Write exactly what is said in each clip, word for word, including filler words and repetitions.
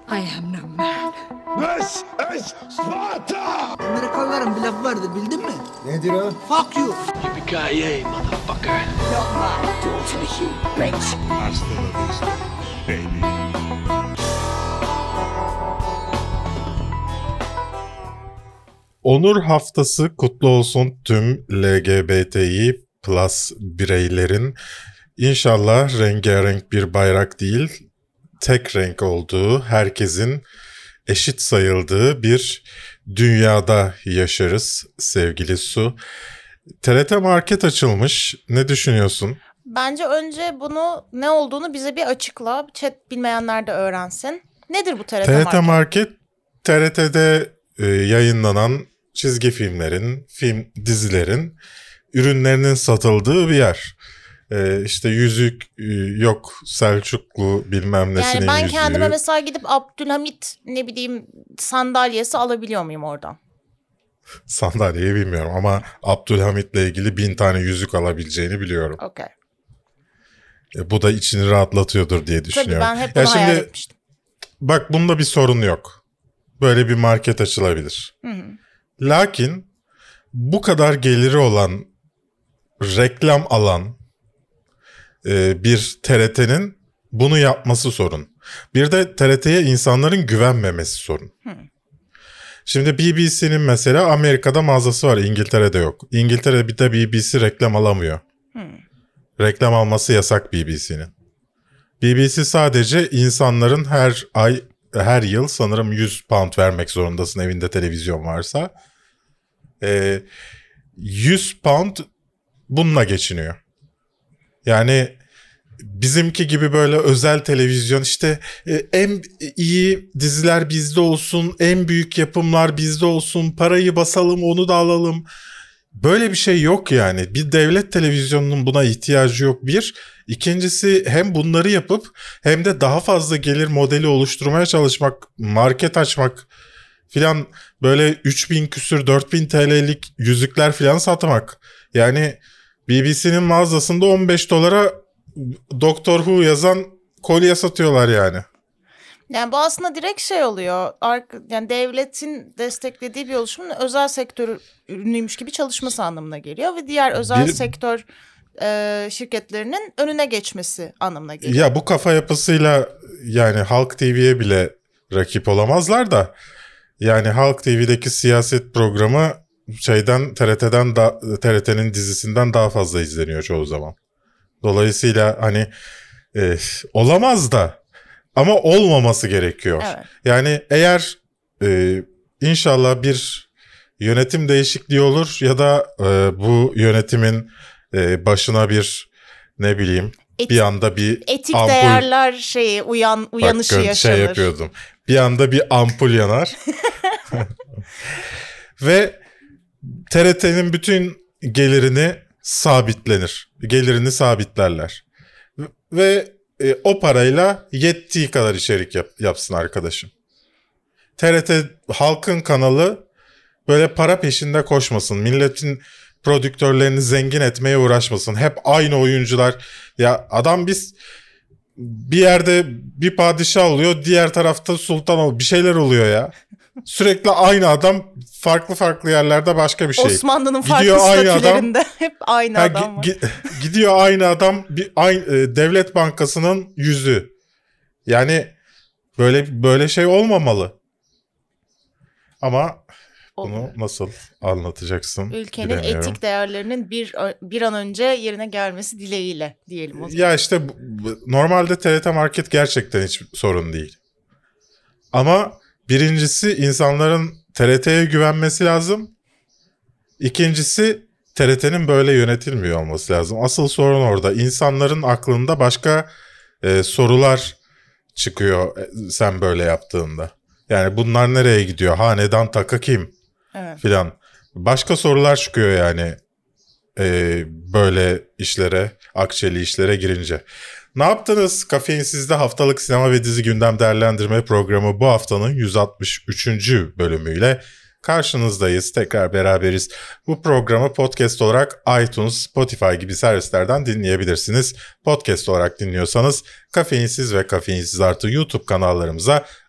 I am no man. This is Sparta! Amerikalıların bir lafı vardı, bildin mi? Nedir o? Fuck you. Yippee-ki-yay, motherfucker! Not my daughter, you bitch. Hasta la vista, baby. Onur Haftası kutlu olsun tüm L G B T İ plus bireylerin. İnşallah rengarenk bir bayrak değil, tek renk olduğu, herkesin eşit sayıldığı bir dünyada yaşarız sevgili Su. T R T Market açılmış. Ne düşünüyorsun? Bence önce bunu ne olduğunu bize bir açıkla. Chat bilmeyenler de öğrensin. Nedir bu T R T, T R T Market? Market, T R T'de e, yayınlanan çizgi filmlerin, film dizilerin ürünlerinin satıldığı bir yer. E, işte yüzük e, yok Selçuklu bilmem nesinin Yani ben yüzüğü. kendime mesela gidip Abdülhamit ne bileyim sandalyesi alabiliyor muyum oradan? Sandalyeyi bilmiyorum ama Abdülhamit'le ilgili bin tane yüzük alabileceğini biliyorum. Okey. E, bu da içini rahatlatıyordur diye Tabii düşünüyorum. ben hep bunu ya hayal şimdi, etmiştim. bak bunda bir sorun yok. Böyle bir market açılabilir. Hı hı. Lakin bu kadar geliri olan, reklam alan e, bir T R T'nin bunu yapması sorun. Bir de T R T'ye insanların güvenmemesi sorun. Hı. Şimdi B B C'nin mesela Amerika'da mağazası var, İngiltere'de yok. İngiltere'de bir de B B C reklam alamıyor. Hı. Reklam alması yasak B B C'nin. B B C sadece insanların her ay, her yıl sanırım yüz pound vermek zorundasın evinde televizyon varsa. Ee, yüz pound bununla geçiniyor. Yani bizimki gibi böyle özel televizyon işte e, en iyi diziler bizde olsun, en büyük yapımlar bizde olsun, parayı basalım onu da alalım. Böyle bir şey yok yani. Bir devlet televizyonunun buna ihtiyacı yok bir. İkincisi hem bunları yapıp hem de daha fazla gelir modeli oluşturmaya çalışmak, market açmak filan, böyle üç bin küsür dört bin T L'lik yüzükler filan satmak. Yani B B C'nin mağazasında on beş dolara Doctor Who yazan kolye satıyorlar yani. Yani bu aslında direkt şey oluyor. Yani devletin desteklediği bir oluşumun özel sektör ürünüymüş gibi çalışması anlamına geliyor ve diğer özel Bir... sektör e, şirketlerinin önüne geçmesi anlamına geliyor. Ya bu kafa yapısıyla yani Halk T V'ye bile rakip olamazlar da, yani Halk T V'deki siyaset programı şeyden T R T'den da, T R T'nin dizisinden daha fazla izleniyor çoğu zaman. Dolayısıyla hani e, olamaz da ama olmaması gerekiyor. Evet. Yani eğer e, inşallah bir yönetim değişikliği olur ya da e, bu yönetimin e, başına bir ne bileyim Etik, bir anda bir etik ampul, değerler şeyi uyan uyanışı bakın, yaşanır. şey yapıyordum. Bir anda bir ampul yanar. Ve T R T'nin bütün gelirini sabitlenir. Gelirini sabitlerler. Ve e, o parayla yettiği kadar içerik yap, yapsın arkadaşım. T R T halkın kanalı, böyle para peşinde koşmasın. Milletin prodüktörlerini zengin etmeye uğraşmasın. Hep aynı oyuncular. Ya adam biz bir yerde bir padişah oluyor, diğer tarafta sultan oluyor. Bir şeyler oluyor ya. Sürekli aynı adam farklı farklı yerlerde başka bir şey. Osmanlı'nın farklı gidiyor statülerinde hep aynı ha, adam var. G- gidiyor aynı adam bir aynı e, Devlet Bankası'nın yüzü. Yani böyle böyle şey olmamalı. Ama bunu nasıl anlatacaksın? Ülkenin bilemiyorum. etik değerlerinin bir bir an önce yerine gelmesi dileğiyle diyelim o zaman. Ya işte bu, bu, normalde T R T Market gerçekten hiç sorun değil. Ama birincisi insanların T R T'ye güvenmesi lazım. İkincisi T R T'nin böyle yönetilmiyor olması lazım. Asıl sorun orada. İnsanların aklında başka e, sorular çıkıyor e, sen böyle yaptığında. Yani bunlar nereye gidiyor? Hanedan takı kim? Evet. Filan. Başka sorular çıkıyor yani e, böyle işlere, akçeli işlere girince. Ne yaptınız? Kafeinsiz'de haftalık sinema ve dizi gündem değerlendirme programı bu haftanın yüz altmış üçüncü bölümüyle karşınızdayız. Tekrar beraberiz. Bu programı podcast olarak iTunes, Spotify gibi servislerden dinleyebilirsiniz. Podcast olarak dinliyorsanız Kafeinsiz ve Kafeinsiz Artı YouTube kanallarımıza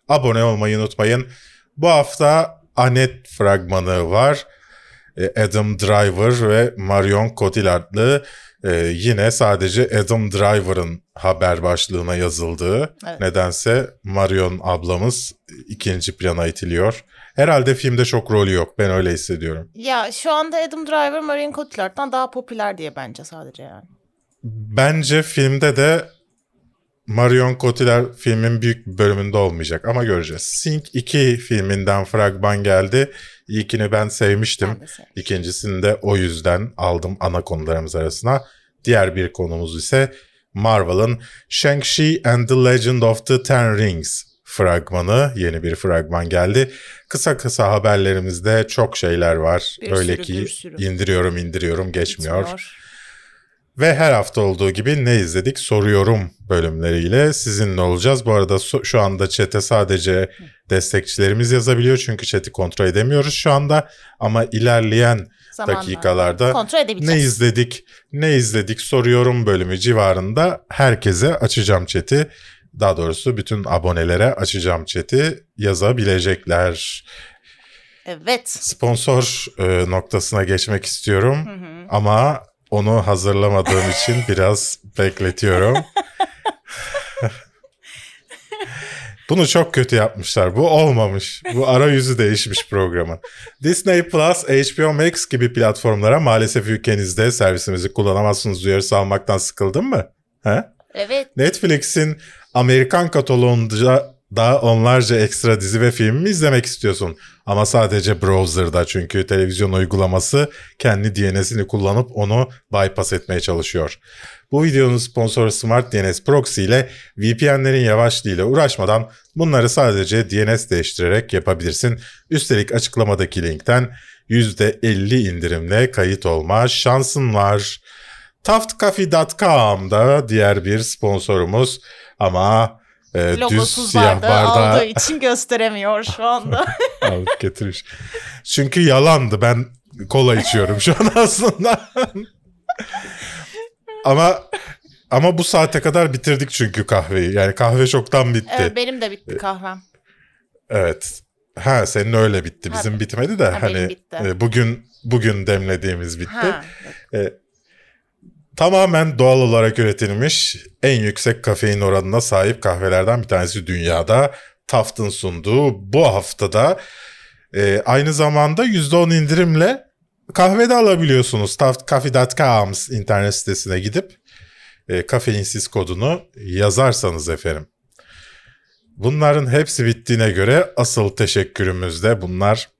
abone olmayı unutmayın. Bu hafta Annette fragmanı var. Adam Driver ve Marion Cotillard'lı e, yine sadece Adam Driver'ın haber başlığına yazıldığı. Evet. Nedense Marion ablamız ikinci plana itiliyor. Herhalde filmde çok rolü yok. Ben öyle hissediyorum. Ya şu anda Adam Driver Marion Cotillard'dan daha popüler diye bence sadece yani. Bence filmde de Marion Cotillard filmin büyük bir bölümünde olmayacak ama göreceğiz. Sing iki filminden fragman geldi. İlkini ben sevmiştim. Ben İkincisini de o yüzden aldım ana konularımız arasına. Diğer bir konumuz ise Marvel'ın Shang-Chi and the Legend of the Ten Rings fragmanı. Yeni bir fragman geldi. Kısa kısa haberlerimizde çok şeyler var. Bir Öyle sürü, ki indiriyorum indiriyorum geçmiyor. Bitmiyor. Ve her hafta olduğu gibi ne izledik soruyorum bölümleriyle sizinle olacağız. Bu arada şu anda chat'e sadece destekçilerimiz yazabiliyor. Çünkü chat'i kontrol edemiyoruz şu anda. Ama ilerleyen zamanla dakikalarda ne izledik, ne izledik soruyorum bölümü civarında herkese açacağım chat'i. Daha doğrusu bütün abonelere açacağım chat'i yazabilecekler. Evet. Sponsor e, noktasına geçmek istiyorum. Hı hı. Ama onu hazırlamadığım için biraz bekletiyorum. Bunu çok kötü yapmışlar. Bu olmamış. Bu arayüzü değişmiş programın. Disney Plus, H B O Max gibi platformlara maalesef ülkenizde servisimizi kullanamazsınız uyarısı almaktan sıkıldın mı? He? Evet. Netflix'in Amerikan kataloğunda da onlarca ekstra dizi ve film mi izlemek istiyorsun? Ama sadece browser'da çünkü televizyon uygulaması kendi D N S'ini kullanıp onu bypass etmeye çalışıyor. Bu videonun sponsoru Smart D N S Proxy ile V P N'lerin yavaşlığıyla uğraşmadan bunları sadece D N S değiştirerek yapabilirsin. Üstelik açıklamadaki linkten yüzde elli indirimle kayıt olma şansın var. taft coffee nokta com'da diğer bir sponsorumuz ama e, düz siyah bardağı aldığı için gösteremiyor şu anda. Alıp getirmiş. Çünkü yalandı. Ben kola içiyorum şu an aslında. ama ama bu saate kadar bitirdik çünkü kahveyi. Yani kahve çoktan bitti. Evet, benim de bitti kahvem. Evet. Ha senin öyle bitti. Bizim ha, bitmedi de ha, hani e, bugün bugün demlediğimiz bitti. Ha, evet. e, Tamamen doğal olarak üretilmiş en yüksek kafein oranına sahip kahvelerden bir tanesi dünyada. Taft'ın sunduğu bu haftada e, aynı zamanda yüzde on indirimle kahve de alabiliyorsunuz. taft coffee nokta com internet sitesine gidip e, kafeinsiz kodunu yazarsanız efendim. Bunların hepsi bittiğine göre asıl teşekkürümüz de bunlar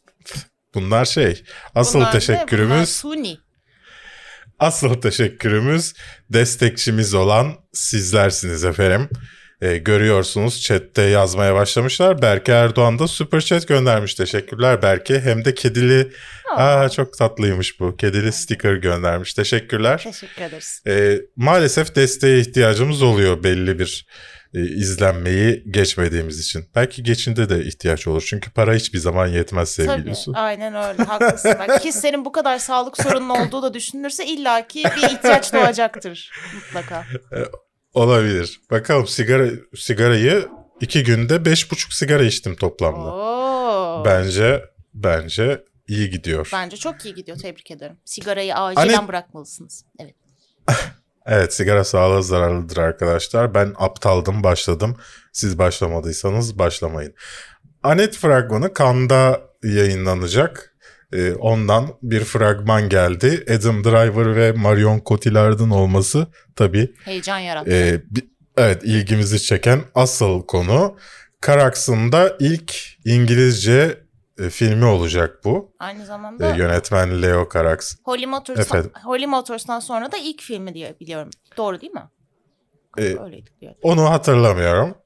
bunlar şey. Asıl bunlar teşekkürümüz ne? Bunlar suni. Asıl teşekkürümüz destekçimiz olan sizlersiniz efendim. Ee, görüyorsunuz chatte yazmaya başlamışlar. Berke Erdoğan da super chat göndermiş. Teşekkürler Berke. Hem de kedili. Aa. Aa, çok tatlıymış bu. Kedili sticker göndermiş. Teşekkürler. Teşekkür ederiz. Ee, maalesef desteğe ihtiyacımız oluyor belli bir e, izlenmeyi geçmediğimiz için. Belki geçinde de ihtiyaç olur. Çünkü para hiçbir zaman yetmez sevgili Su. Tabii aynen öyle haklısın. Ki senin bu kadar sağlık sorunun olduğu da düşünülürse illaki bir ihtiyaç doğacaktır mutlaka. Olabilir. Bakalım sigara sigarayı iki günde beş buçuk sigara içtim toplamda. Oo. Bence bence iyi gidiyor. Bence çok iyi gidiyor. Tebrik ederim. Sigarayı acilen hani... bırakmalısınız. Evet. Evet sigara sağlığa zararlıdır arkadaşlar. Ben aptaldım başladım. Siz başlamadıysanız başlamayın. Annette fragmanı Cannes'da yayınlanacak. Ee, ondan bir fragman geldi. Adam Driver ve Marion Cotillard'ın olması tabii. Heyecan yarattı. E, evet ilgimizi çeken asıl konu. Carax'ın da ilk İngilizce e, filmi olacak bu. Aynı zamanda. E, yönetmen Leo Carax. Holly Motors'tan, Holly Motors'tan sonra da ilk filmi diye biliyorum. Doğru değil mi? E, öyleydi diyor. Onu hatırlamıyorum.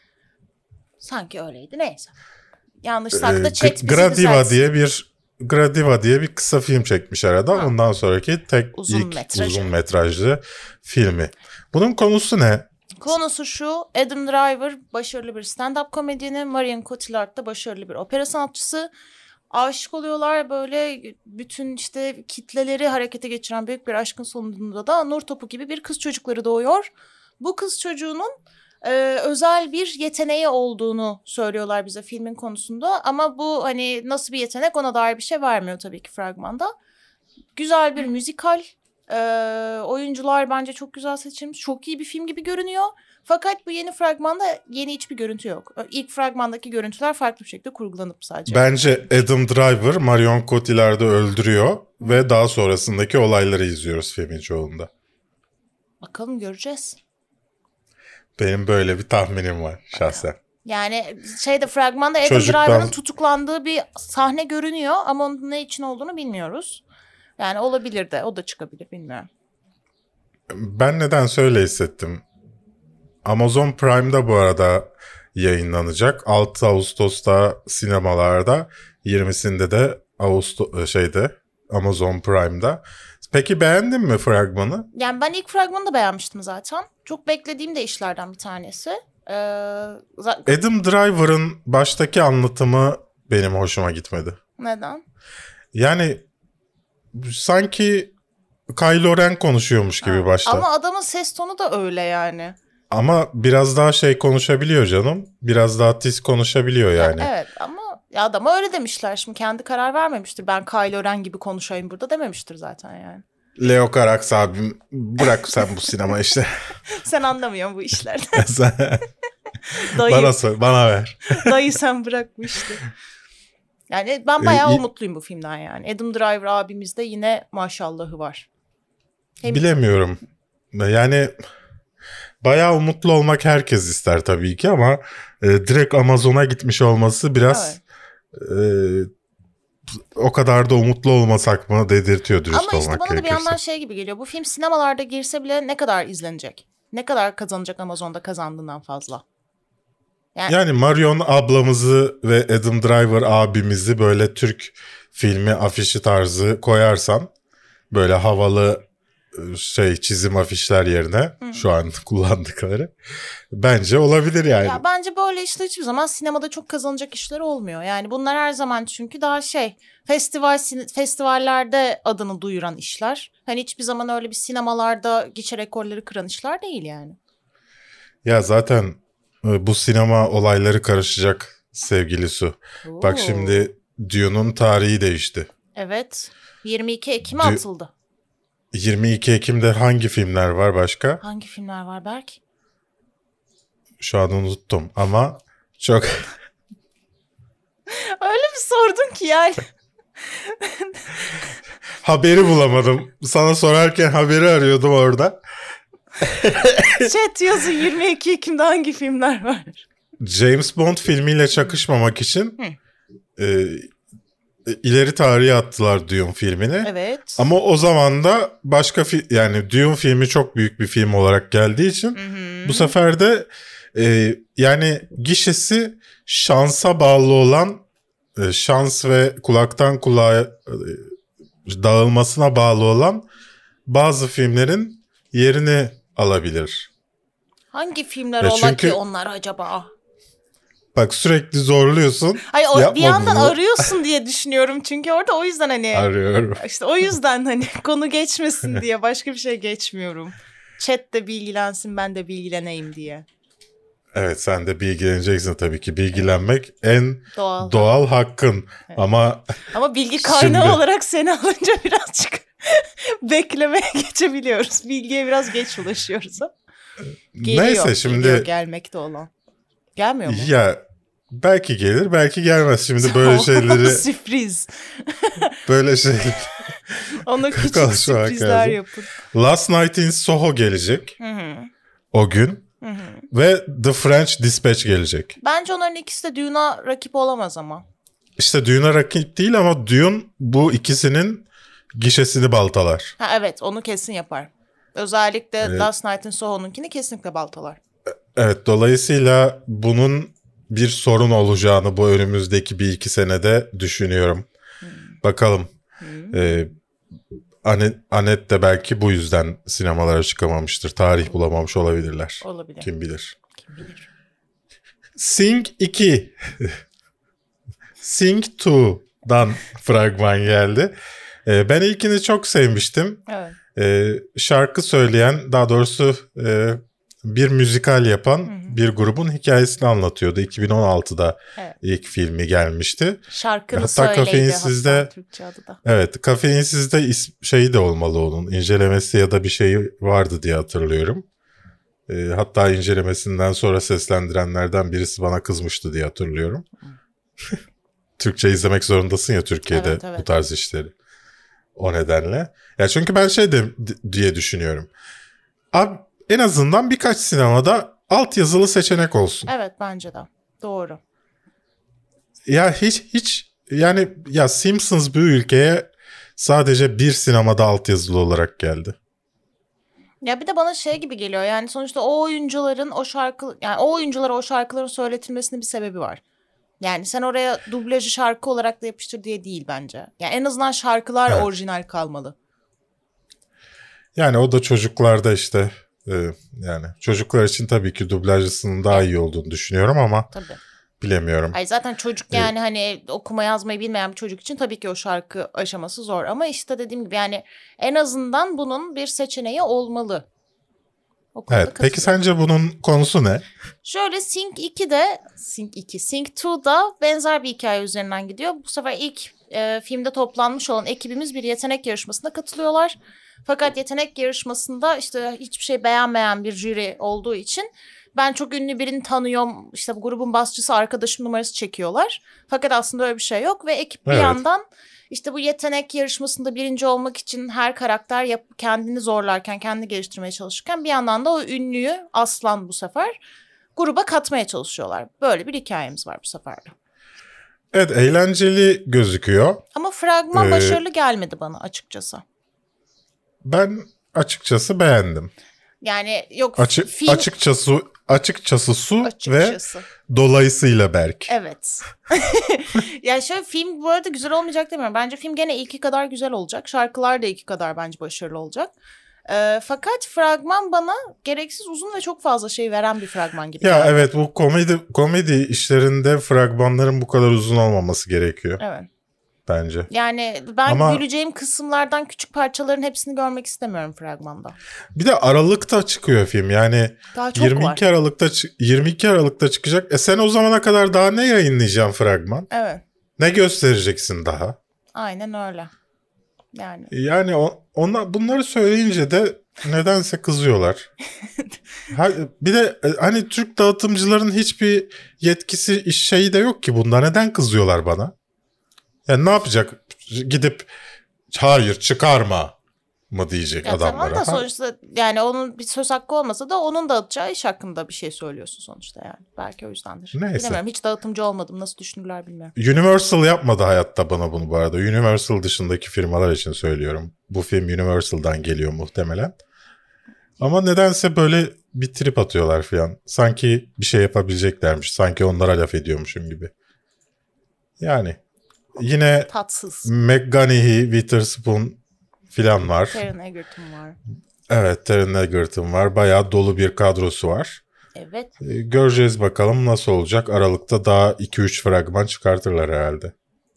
Sanki öyleydi neyse. Yanlışsak da chat bizi Gradiva diye bir Gradiva diye bir kısa film çekmiş arada. Ha. Ondan sonraki tek uzun ilk metrajı. uzun metrajlı filmi. Bunun konusu ne? Konusu şu. Adam Driver başarılı bir stand-up komedyeni. Marion Cotillard da başarılı bir opera sanatçısı. Aşık oluyorlar böyle bütün işte kitleleri harekete geçiren büyük bir aşkın sonunda da nur topu gibi bir kız çocukları doğuyor. Bu kız çocuğunun Ee, özel bir yeteneği olduğunu söylüyorlar bize filmin konusunda. Ama bu hani nasıl bir yetenek ona dair bir şey vermiyor tabii ki fragmanda. Güzel bir müzikal. Ee, oyuncular bence çok güzel seçilmiş. Çok iyi bir film gibi görünüyor. Fakat bu yeni fragmanda yeni hiçbir görüntü yok. İlk fragmandaki görüntüler farklı bir şekilde kurgulanıp sadece. Bence Adam Driver Marion Cotillard'ı öldürüyor ve daha sonrasındaki olayları izliyoruz filmin çoğunda. Bakalım göreceğiz. Benim böyle bir tahminim var şahsen. Yani şeyde fragmanda Adam Çocuktan... Driver'ın tutuklandığı bir sahne görünüyor ama onun ne için olduğunu bilmiyoruz. Yani olabilir de o da çıkabilir bilmiyorum. Ben neden öyle hissettim? Amazon Prime'da bu arada yayınlanacak. altı Ağustos'ta sinemalarda, yirmisinde de Ağustos şeyde Amazon Prime'da. Peki beğendin mi fragmanı? Yani ben ilk fragmanı da beğenmiştim zaten. Çok beklediğim de işlerden bir tanesi. Ee, zaten... Adam Driver'ın baştaki anlatımı benim hoşuma gitmedi. Neden? Yani sanki Kylo Ren konuşuyormuş gibi ha. başta. Ama adamın ses tonu da öyle yani. Ama biraz daha şey konuşabiliyor canım. Biraz daha tiz konuşabiliyor yani. Evet ama ya adama öyle demişler. Şimdi kendi karar vermemiştir. Ben Kylo Ren gibi konuşayım burada dememiştir zaten yani. Leo Carax abim bırak sen bu sinema işte. Sen anlamıyorsun bu işlerden. Dayı, bana sor, bana ver. Dayı sen bırak bu işte. Yani ben bayağı ee, umutluyum bu filmden yani. Adam Driver abimizde yine maşallahı var. Hem... Bilemiyorum. Yani bayağı umutlu olmak herkes ister tabii ki ama e, direkt Amazon'a gitmiş olması biraz evet. e, o kadar da umutlu olmasak mı dedirtiyor dürüst olmak gerekirse. Ama işte bana da bir yandan şey gibi geliyor. Bu film sinemalarda girse bile ne kadar izlenecek? Ne kadar kazanacak Amazon'da kazandığından fazla? Yani, yani Marion ablamızı ve Adam Driver abimizi böyle Türk filmi afişi tarzı koyarsan böyle havalı şey çizim afişler yerine Hı. şu an kullandıkları bence olabilir yani. Ya bence böyle işte hiçbir zaman sinemada çok kazanacak işler olmuyor. Yani bunlar her zaman çünkü daha şey festival festivallerde adını duyuran işler. Hani hiçbir zaman öyle bir sinemalarda gişe rekorları kıran işler değil yani. Ya zaten bu sinema olayları karışacak sevgili Su. Oo. Bak şimdi Dune'un tarihi değişti. Evet. yirmi iki Ekim'e Du- atıldı. yirmi iki Ekim'de hangi filmler var başka? Hangi filmler var Berk? Şu an unuttum ama çok... Öyle bir sordun ki yani. Haberi bulamadım. Sana sorarken haberi arıyordum orada. Chat yazın yirmi iki Ekim'de hangi filmler var? James Bond filmiyle çakışmamak için e, ileri tarihe attılar Dune filmini. Evet. Ama o zaman da başka fi- yani Dune filmi çok büyük bir film olarak geldiği için hı hı. bu sefer de e, yani gişesi şansa bağlı olan e, şans ve kulaktan kulağa e, dağılmasına bağlı olan bazı filmlerin yerini alabilir. Hangi filmler e ola çünkü... ki onlar acaba? Bak sürekli zorluyorsun. Hayır o, bir yandan bunu. Arıyorsun diye düşünüyorum. Çünkü orada o yüzden hani. Arıyorum. İşte o yüzden hani konu geçmesin diye başka bir şey geçmiyorum. Chat de bilgilensin ben de bilgileneyim diye. Evet sen de bilgileneceksin tabii ki. Bilgilenmek evet. en doğal, doğal hakkın. Evet. Ama ama bilgi kaynağı şimdi... olarak seni alınca birazcık beklemeye geçebiliyoruz. Bilgiye biraz geç ulaşıyoruz. Ha? Geliyor, neyse şimdi. Geliyor, gelmekte olan. Gelmiyor mu? Ya belki gelir belki gelmez. Şimdi böyle şeyleri. Sürpriz. Böyle şeyler. Ona küçük sürprizler yapın. Last Night in Soho gelecek. Hı hı. O gün. Hı hı. Ve The French Dispatch gelecek. Bence onların ikisi de Dune'a rakip olamaz ama. İşte Dune'a rakip değil ama Dune bu ikisinin gişesini baltalar. Ha, evet onu kesin yapar. Özellikle evet. Last Night in Soho'nunkini kesinlikle baltalar. Evet dolayısıyla bunun bir sorun olacağını bu önümüzdeki bir iki senede düşünüyorum. Hmm. Bakalım. Hmm. Ee, Anet, Anet de belki bu yüzden sinemalara çıkamamıştır. Tarih bulamamış olabilirler. Olabilir. Kim bilir. Kim bilir. Sing iki. Sing iki'dan fragman geldi. Ee, ben ilkini çok sevmiştim. Evet. Ee, şarkı söyleyen, daha doğrusu e, bir müzikal yapan bir grubun hikayesini anlatıyordu. iki bin on altıda Evet. ilk filmi gelmişti. Şarkını Hatta söyleydi Kafeinsiz'de- hatta Türkçe adı da. Evet, Kafeinsiz'de is- şeyi de olmalı onun. İncelemesi ya da bir şeyi vardı diye hatırlıyorum. Ee, hatta incelemesinden sonra seslendirenlerden birisi bana kızmıştı diye hatırlıyorum. Türkçe izlemek zorundasın ya Türkiye'de Evet, evet. bu tarz işleri. O nedenle. Ya çünkü ben şey de d- diye düşünüyorum. Abi en azından birkaç sinemada altyazılı seçenek olsun. Evet bence de. Doğru. Ya hiç hiç yani ya Simpsons bu ülkeye sadece bir sinemada altyazılı olarak geldi. Ya bir de bana şey gibi geliyor yani sonuçta o oyuncuların o şarkı yani o oyunculara o şarkıların söyletilmesinin bir sebebi var. Yani sen oraya dublajı şarkı olarak da yapıştır diye değil bence. Yani en azından şarkılar Evet. orijinal kalmalı. Yani o da çocuklarda işte e, yani çocuklar için tabii ki dublajcısının daha iyi olduğunu düşünüyorum ama Tabii. bilemiyorum. Hayır zaten çocuk yani hani okuma yazmayı bilmeyen bir çocuk için tabii ki o şarkı aşaması zor. Ama işte dediğim gibi yani en azından bunun bir seçeneği olmalı. O konuda Evet. Peki katılıyorum. sence bunun konusu ne? Şöyle Sync iki'de Sync iki, Sync iki'da benzer bir hikaye üzerinden gidiyor. Bu sefer ilk e, filmde toplanmış olan ekibimiz bir yetenek yarışmasına katılıyorlar. Fakat yetenek yarışmasında işte hiçbir şey beğenmeyen bir jüri olduğu için ben çok ünlü birini tanıyorum işte bu grubun basçısı arkadaşım numarası çekiyorlar. Fakat aslında öyle bir şey yok ve ekip bir Evet. yandan işte bu yetenek yarışmasında birinci olmak için her karakter yap, kendini zorlarken, kendini geliştirmeye çalışırken bir yandan da o ünlüyü Aslan bu sefer gruba katmaya çalışıyorlar. Böyle bir hikayemiz var bu sefer de. Evet, eğlenceli gözüküyor. Ama fragman Ee, başarılı gelmedi bana açıkçası. Ben açıkçası beğendim. Yani yok Açı, film açıkçası açıkçası su açıkçası. ve dolayısıyla Berk. Evet. Yani şöyle film bu arada güzel olmayacak demiyorum. Bence film gene ilki kadar güzel olacak. Şarkılar da ilki kadar bence başarılı olacak. Ee, fakat fragman bana gereksiz uzun ve çok fazla şey veren bir fragman gibi Ya geldi. evet, bu komedi komedi işlerinde fragmanların bu kadar uzun olmaması gerekiyor Evet. bence. Yani ben Ama- güleceğim kısımlardan küçük parçaların hepsini görmek istemiyorum fragmanda. Bir de Aralık'ta çıkıyor film. Yani Daha çok yirmi var. iki Aralık'ta çı- yirmi iki Aralık'ta çıkacak. E sen o zamana kadar daha ne yayınlayacaksın fragman? Evet. Ne göstereceksin daha? Aynen öyle. Yani Yani o, ona, bunları söyleyince de nedense kızıyorlar. Ha, bir de e, hani Türk dağıtımcıların hiçbir yetkisi iş şeyi de yok ki bunda. Neden kızıyorlar bana? Yani ne yapacak? Gidip hayır çıkarma mı diyecek ya tamam adamlara? da Ha? sonuçta yani onun bir söz hakkı olmasa da onun dağıtacağı iş hakkında bir şey söylüyorsun sonuçta yani. Belki o yüzdendir. Neyse. Bilemiyorum hiç dağıtımcı olmadım nasıl düşünürler bilmiyorum. Universal yapmadı hayatta bana bunu bu arada. Universal dışındaki firmalar için söylüyorum. Bu film Universal'dan geliyor muhtemelen. Ama nedense böyle bir trip atıyorlar falan. Sanki bir şey yapabileceklermiş. Sanki onlara laf ediyormuşum gibi. Yani yine Tatsız. McGonaghy, Witherspoon falan var. Taron Egerton var. Evet, Taron Egerton var. Bayağı dolu bir kadrosu var. Evet. Ee, Göreceğiz bakalım nasıl olacak. Aralıkta daha iki üç fragman çıkartırlar herhalde.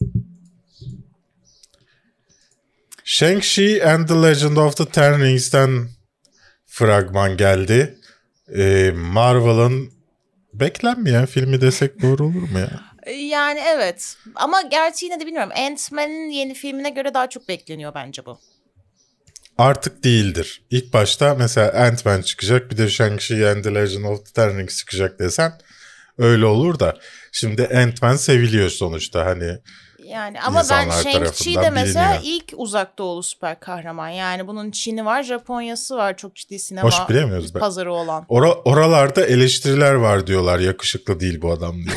Shang-Chi and the Legend of the Ten Rings'ten fragman geldi. Ee, Marvel'ın beklenmeyen filmi desek doğru olur mu ya? Yani evet. Ama gerçi yine de bilmiyorum. Ant-Man'in yeni filmine göre daha çok bekleniyor bence bu. Artık değildir. İlk başta mesela Ant-Man çıkacak, bir de Shang-Chi and the Legend of the Ten Rings çıkacak desen öyle olur da. Şimdi Ant-Man seviliyor sonuçta hani. Yani ama ben İnsanlar Shang-Chi tarafından de mesela biliniyor. ilk uzak doğulu süper kahraman. Yani bunun Çin'i var, Japonya'sı var. Çok ciddi sinema Hoş bilemiyoruz be. pazarı olan. Ora- oralarda eleştiriler var diyorlar. Yakışıklı değil bu adam diye.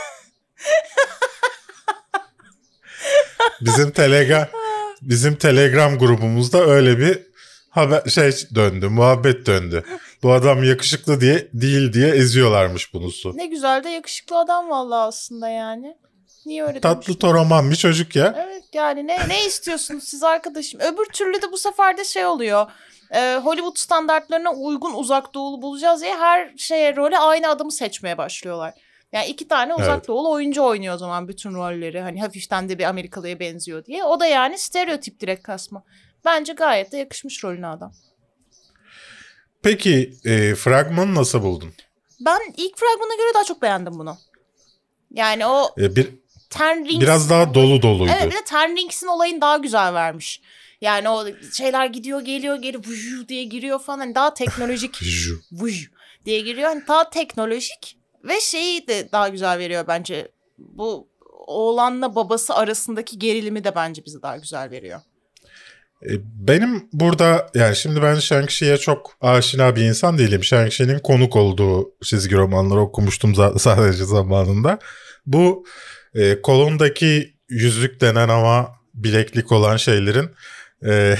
Bizim Telegram bizim Telegram grubumuzda öyle bir haber şey döndü, muhabbet döndü. Bu adam yakışıklı diye değil diye eziyorlarmış bunu su. Ne güzel de yakışıklı adam vallahi aslında yani. Niye öyle Tatlı demişler? toroman bir çocuk ya. Evet yani ne ne istiyorsunuz siz arkadaşım? Öbür türlü de bu sefer de şey oluyor. Ee, Hollywood standartlarına uygun uzak doğulu bulacağız diye her şeye role aynı adamı seçmeye başlıyorlar. Yani iki tane uzak Evet. doğulu oyuncu oynuyor o zaman bütün rolleri. Hani hafiften de bir Amerikalıya benziyor diye. O da yani stereotip direkt kasma. Bence gayet de yakışmış rolüne adam. Peki e, fragmanı nasıl buldun? Ben ilk fragmana göre daha çok beğendim bunu. Yani o E, bir Ten Rings... Biraz daha dolu doluydu. Evet, bir de Ten Rings'in olayını daha güzel vermiş. Yani o şeyler gidiyor geliyor geri vuju diye giriyor falan. Hani daha teknolojik vuju diye giriyor. Hani daha teknolojik ve şeyi de daha güzel veriyor bence. Bu oğlanla babası arasındaki gerilimi de bence bize daha güzel veriyor. E, Benim burada yani şimdi ben Shang-Chi'ye çok aşina bir insan değilim. Shang-Chi'nin konuk olduğu çizgi romanları okumuştum za- sadece zamanında. Bu e, kolundaki yüzük denen ama bileklik olan şeylerin e,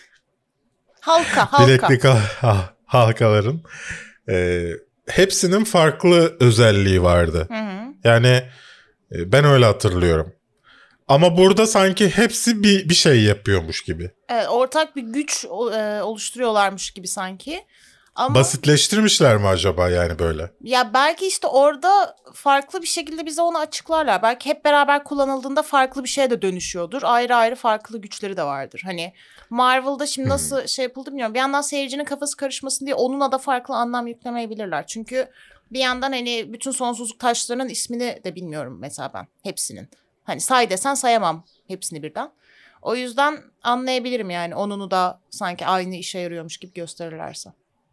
Halka halka. bileklik ha- halkaların e, hepsinin farklı özelliği vardı. Hı hı. Yani e, ben öyle hatırlıyorum. Ama burada sanki hepsi bir bir şey yapıyormuş gibi. Evet, ortak bir güç e, oluşturuyorlarmış gibi sanki. Ama Basitleştirmişler mi acaba yani böyle? ya belki işte orada farklı bir şekilde bize onu açıklarlar. Belki hep beraber kullanıldığında farklı bir şeye de dönüşüyordur. Ayrı ayrı farklı güçleri de vardır. Hani Marvel'da şimdi nasıl hmm. şey yapıldı bilmiyorum. Bir yandan seyircinin kafası karışmasın diye onunla da farklı anlam yüklemeyebilirler. Çünkü bir yandan hani bütün sonsuzluk taşlarının ismini de bilmiyorum mesela ben hepsinin. Hani say desen sayamam hepsini birden. O yüzden anlayabilirim yani onunu da sanki aynı işe yarıyormuş gibi gösterirlerse.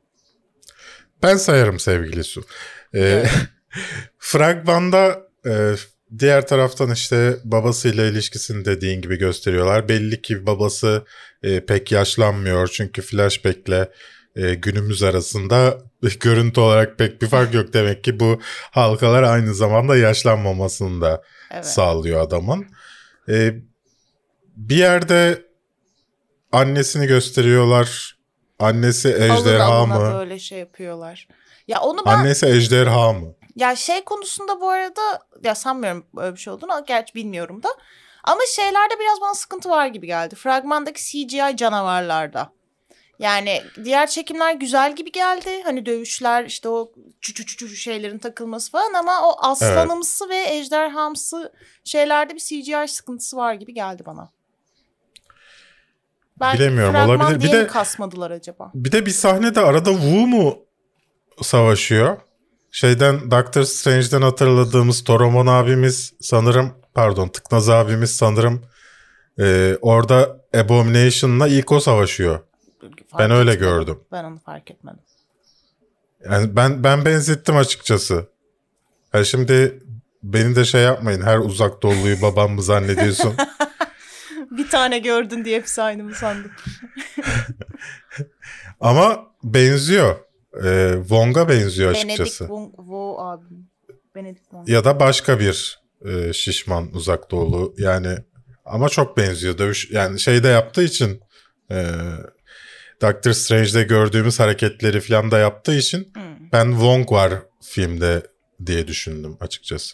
Ben sayarım sevgili Su. Ee, evet. Fragmanda e, diğer taraftan işte babasıyla ilişkisini dediğin gibi gösteriyorlar. Belli ki babası e, pek yaşlanmıyor. Çünkü flashback'le e, günümüz arasında görüntü olarak pek bir fark yok. Demek ki bu halkalar aynı zamanda yaşlanmamasını da evet. sağlıyor adamın. E, bir yerde annesini gösteriyorlar. Annesi ejderha alın, alın mı? Böyle şey yapıyorlar. Ya onu ben... Annesi ejderha mı? Ya şey konusunda bu arada ya sanmıyorum öyle bir şey olduğunu. Gerçi bilmiyorum da. Ama şeylerde biraz bana sıkıntı var gibi geldi. Fragmandaki C G I canavarlarda. Yani diğer çekimler güzel gibi geldi. Hani dövüşler işte o çü çü çü şeylerin takılması falan ama o aslanımsı evet. ve ejderhamsı şeylerde bir C G I sıkıntısı var gibi geldi bana. Belki bilemiyorum olabilir. Bir de kasmadılar acaba. Bir de bir sahnede arada Wu mu savaşıyor? Şeyden Doctor Strange'den hatırladığımız Toromon abimiz sanırım pardon Tıknaz abimiz sanırım e, orada Abomination'la ilk o savaşıyor. Fark ben öyle etmedim. Gördüm. Ben onu fark etmedim. Yani ben ben benzettim açıkçası. Yani şimdi beni de şey yapmayın. Her uzak doğuluyu babam mı zannediyorsun? Bir tane gördün diye hepsi aynı mı sandın? Ama benziyor. Ee, Wong'a benziyor açıkçası. Benedict Wong, Wong abim. Benedict Wong. Ya da başka bir e, şişman uzak doğulu yani ama çok benziyor. Dövüş yani şeyde yaptığı için e, Doctor Strange'de gördüğümüz hareketleri falan da yaptığı için hmm. ben Wong var filmde diye düşündüm açıkçası.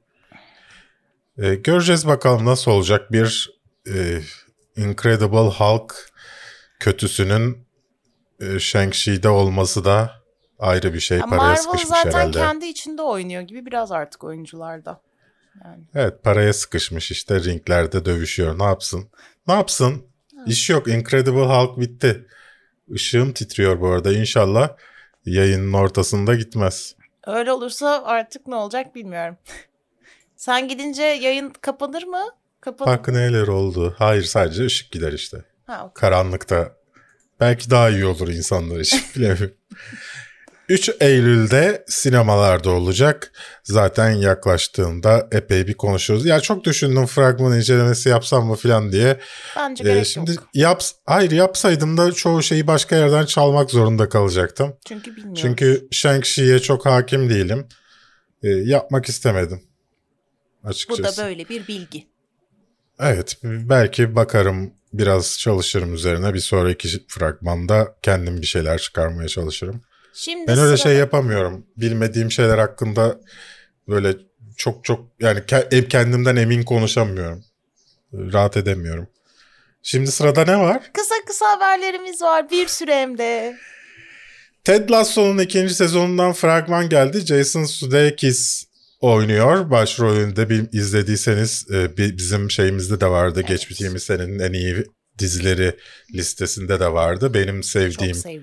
E, göreceğiz bakalım nasıl olacak bir e, Incredible Hulk kötüsünün e, Shang-Chi'de olması da ayrı bir şey. Ya paraya Marvel sıkışmış zaten herhalde. Kendi içinde oynuyor gibi biraz artık oyuncularda. Yani. Evet paraya sıkışmış işte ringlerde dövüşüyor. Ne yapsın? Ne yapsın? Evet. İş yok. Incredible Hulk bitti. Işığım titriyor bu arada. İnşallah yayının ortasında gitmez. Öyle olursa artık ne olacak bilmiyorum. Sen gidince yayın kapanır mı? Kapanır Bak neler oldu. Hayır sadece ışık gider işte. Ha, okay. Karanlıkta. Belki daha iyi olur insanlar için. Bilemiyorum. üç Eylül'de sinemalarda olacak. Zaten yaklaştığında epey bir konuşuruz. Ya çok düşündüm fragman incelemesi yapsam mı falan diye. Bence gerek ee, şimdi yok. Yaps, hayır yapsaydım da çoğu şeyi başka yerden çalmak zorunda kalacaktım. Çünkü bilmiyoruz. Çünkü Shang-Chi'ye çok hakim değilim. Ee, yapmak istemedim. Açıkçası. Bu da böyle bir bilgi. Evet belki bakarım biraz çalışırım üzerine. Bir sonraki fragmanda kendim bir şeyler çıkarmaya çalışırım. Şimdi ben öyle sırada... şey yapamıyorum. Bilmediğim şeyler hakkında böyle çok çok yani kendimden emin konuşamıyorum. Rahat edemiyorum. Şimdi sırada ne var? Kısa kısa haberlerimiz var. Bir sürü hem de. Ted Lasso'nun ikinci sezonundan fragman geldi. Jason Sudeikis oynuyor. Başrolünde bir izlediyseniz bizim şeyimizde de vardı. Evet. Geçtiğimiz senenin en iyi dizileri listesinde de vardı. Benim sevdiğim. Çok sevdiğin.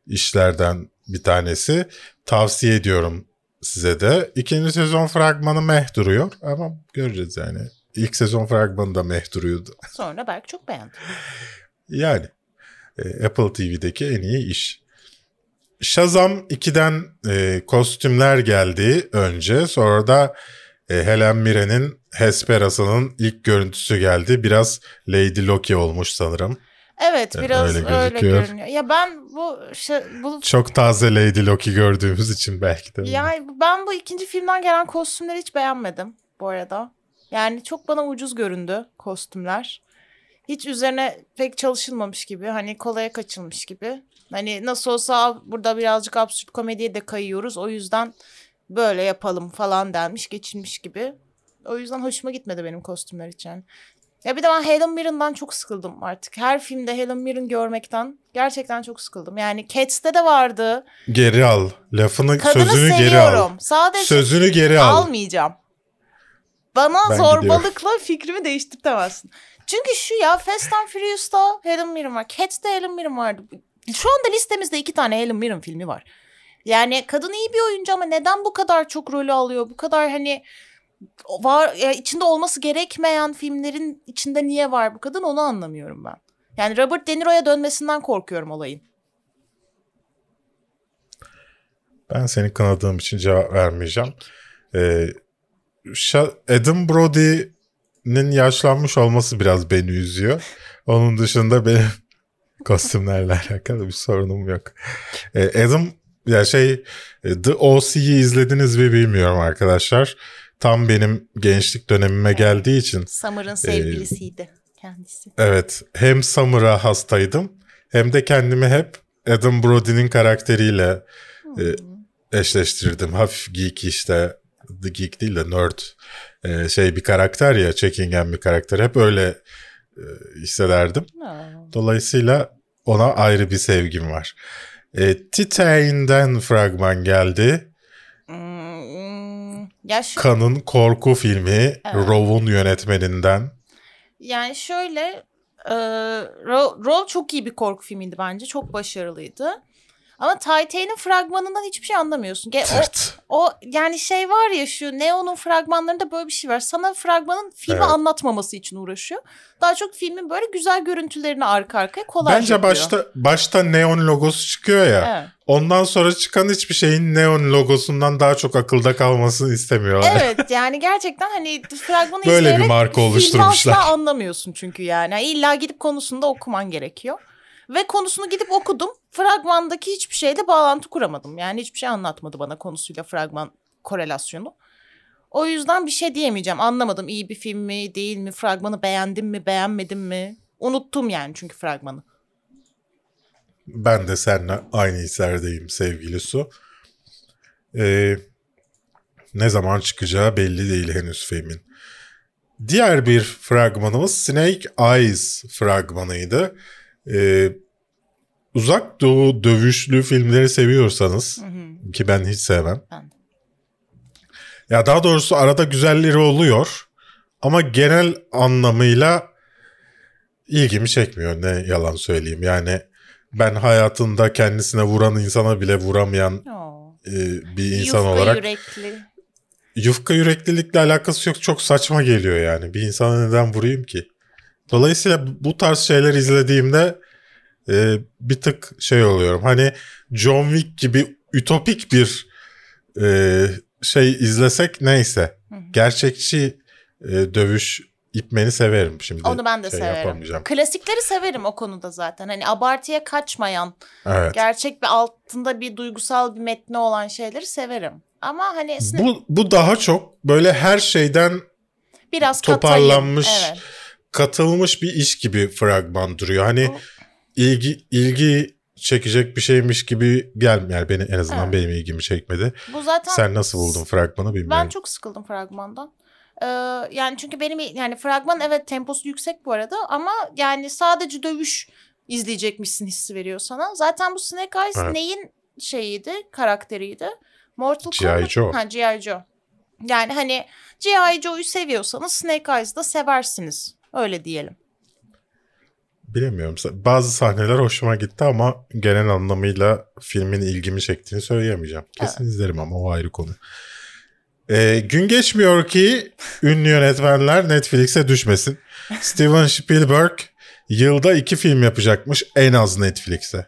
işlerden bir tanesi. Tavsiye ediyorum size de. İkinci sezon fragmanı meh duruyor ama göreceğiz yani. İlk sezon fragmanı da meh duruyordu. Sonra belki çok beğendim. Yani e, Apple T V'deki en iyi iş. Shazam ikiden e, kostümler geldi önce. Sonra da e, Helen Mirren'in Hespera'sının ilk görüntüsü geldi. Biraz Lady Loki olmuş sanırım. Evet, biraz öyle öyle, gözüküyor. görünüyor. Ya ben bu şey, bu Çok taze Lady Loki gördüğümüz için belki de. yani ben bu ikinci filmden gelen kostümleri hiç beğenmedim bu arada. Yani çok bana ucuz göründü kostümler. Hiç üzerine pek çalışılmamış gibi. Hani kolaya kaçılmış gibi. Hani nasıl olsa burada birazcık absürt komediye de kayıyoruz. O yüzden böyle yapalım falan denmiş, geçilmiş gibi. O yüzden hoşuma gitmedi benim kostümler hiç yani. Ya bir de ben Helen Mirren'dan çok sıkıldım artık. Her filmde Helen Mirren görmekten gerçekten çok sıkıldım. Yani Cats'te de vardı. Geri al. Lafını, Kadını sözünü seviyorum. geri al. Sadece Sözünü geri al. almayacağım. Bana Ben zorbalıkla fikrimi değiştirtemezsin. Çünkü şu ya Fast and Furious'ta Helen Mirren var. Cats'te Helen Mirren vardı. Şu anda listemizde iki tane Helen Mirren filmi var. Yani kadın iyi bir oyuncu ama neden bu kadar çok rolü alıyor? Bu kadar hani var ya, içinde olması gerekmeyen filmlerin içinde niye var bu kadın, onu anlamıyorum ben. Yani Robert De Niro'ya dönmesinden korkuyorum olayın. Ben seni kınadığım için cevap vermeyeceğim. Ee, Adam Brody'nin yaşlanmış olması biraz beni üzüyor. Onun dışında benim kostümlerle alakalı bir sorunum yok. Ee, Adam ya şey The O C'yi izlediniz mi bilmiyorum arkadaşlar. Tam benim gençlik dönemime geldiği için. Summer'ın sevgilisiydi kendisi. Evet, hem Summer'a hastaydım hem de kendimi hep Adam Brody'nin karakteriyle Hmm. e, eşleştirdim. Hafif geek işte, the geek değil de nerd e, şey bir karakter ya, çekingen bir karakter. Hep öyle e, hissederdim. Hmm. Dolayısıyla ona ayrı bir sevgim var. E, Titane'den fragman geldi. Hmm. Ya şu, Kan'ın korku filmi, Evet. Rov'un yönetmeninden. yani şöyle e, Ro- Roll çok iyi bir korku filmiydi bence. Çok başarılıydı. Ama Titane'in fragmanından hiçbir şey anlamıyorsun. Ge- Tırt. O, o yani şey var ya, şu Neo'nun fragmanlarında böyle bir şey var. Sana fragmanın filmi Evet. anlatmaması için uğraşıyor. Daha çok filmin böyle güzel görüntülerini arka arkaya kolay Bence yapıyor. başta başta neon logosu çıkıyor ya. Evet. Ondan sonra çıkan hiçbir şeyin neon logosundan daha çok akılda kalmasını istemiyorlar. Evet, yani gerçekten hani fragmanı Böyle bir izleyerek marka filmi oluşturmuşlar. asla anlamıyorsun çünkü yani. Yani İlla gidip konusunu da okuman gerekiyor. Ve konusunu gidip okudum. Fragmandaki hiçbir şeyle bağlantı kuramadım. Yani hiçbir şey anlatmadı bana konusuyla fragman korelasyonu. O yüzden bir şey diyemeyeceğim. Anlamadım, iyi bir film mi değil mi? Fragmanı beğendim mi beğenmedim mi? Unuttum yani çünkü fragmanı. Ben de seninle aynı hislerdeyim sevgili Su. Ee, ne zaman çıkacağı belli değil henüz filmin. Diğer bir fragmanımız Snake Eyes fragmanıydı. Ee, Uzak Doğu dövüşlü filmleri seviyorsanız, Hı hı. ki ben hiç sevmem. Ben de. Ya daha doğrusu arada güzelleri oluyor ama genel anlamıyla ilgimi çekmiyor, ne yalan söyleyeyim. Yani ben hayatında kendisine vuran insana bile vuramayan Oo. e, bir insan Yufka olarak yürekli. yufka yüreklilikle alakası yok, çok saçma geliyor yani. Bir insana neden vurayım ki? Dolayısıyla bu tarz şeyler izlediğimde e, bir tık şey oluyorum. Hani John Wick gibi ütopik bir e, şey izlesek neyse. Hı hı. Gerçekçi e, dövüş ipmeni severim şimdi. Onu ben de şey severim. yapamayacağım. Klasikleri severim o konuda zaten. Hani abartıya kaçmayan, Evet. gerçek bir altında bir duygusal bir metni olan şeyleri severim. Ama hani sne- Bu, bu daha çok böyle her şeyden biraz toparlanmış, katayım. Evet. katılmış bir iş gibi fragman duruyor. Hani O- ilgi ilgi çekecek bir şeymiş gibi gelmiyor. Yani beni, en azından Evet. benim ilgimi çekmedi. Bu zaten Sen nasıl buldun fragmanı bilmiyorum. ben çok sıkıldım fragmandan. Ee, yani çünkü benim yani fragman evet temposu yüksek bu arada ama yani sadece dövüş izleyecekmişsin hissi veriyor sana. Zaten bu Snake Eyes Evet. neyin şeyiydi, karakteriydi? Mortal G I. Kombat. Joe. Ha, G I. Joe. Yani hani G I. Joe'yu seviyorsanız Snake Eyes'ı da seversiniz. Öyle diyelim. bilemiyorum. Bazı sahneler hoşuma gitti ama genel anlamıyla filmin ilgimi çektiğini söyleyemeyeceğim. Kesin evet. izlerim ama o ayrı konu. Ee, gün geçmiyor ki ünlü yönetmenler Netflix'e düşmesin. Steven Spielberg yılda iki film yapacakmış en az Netflix'e.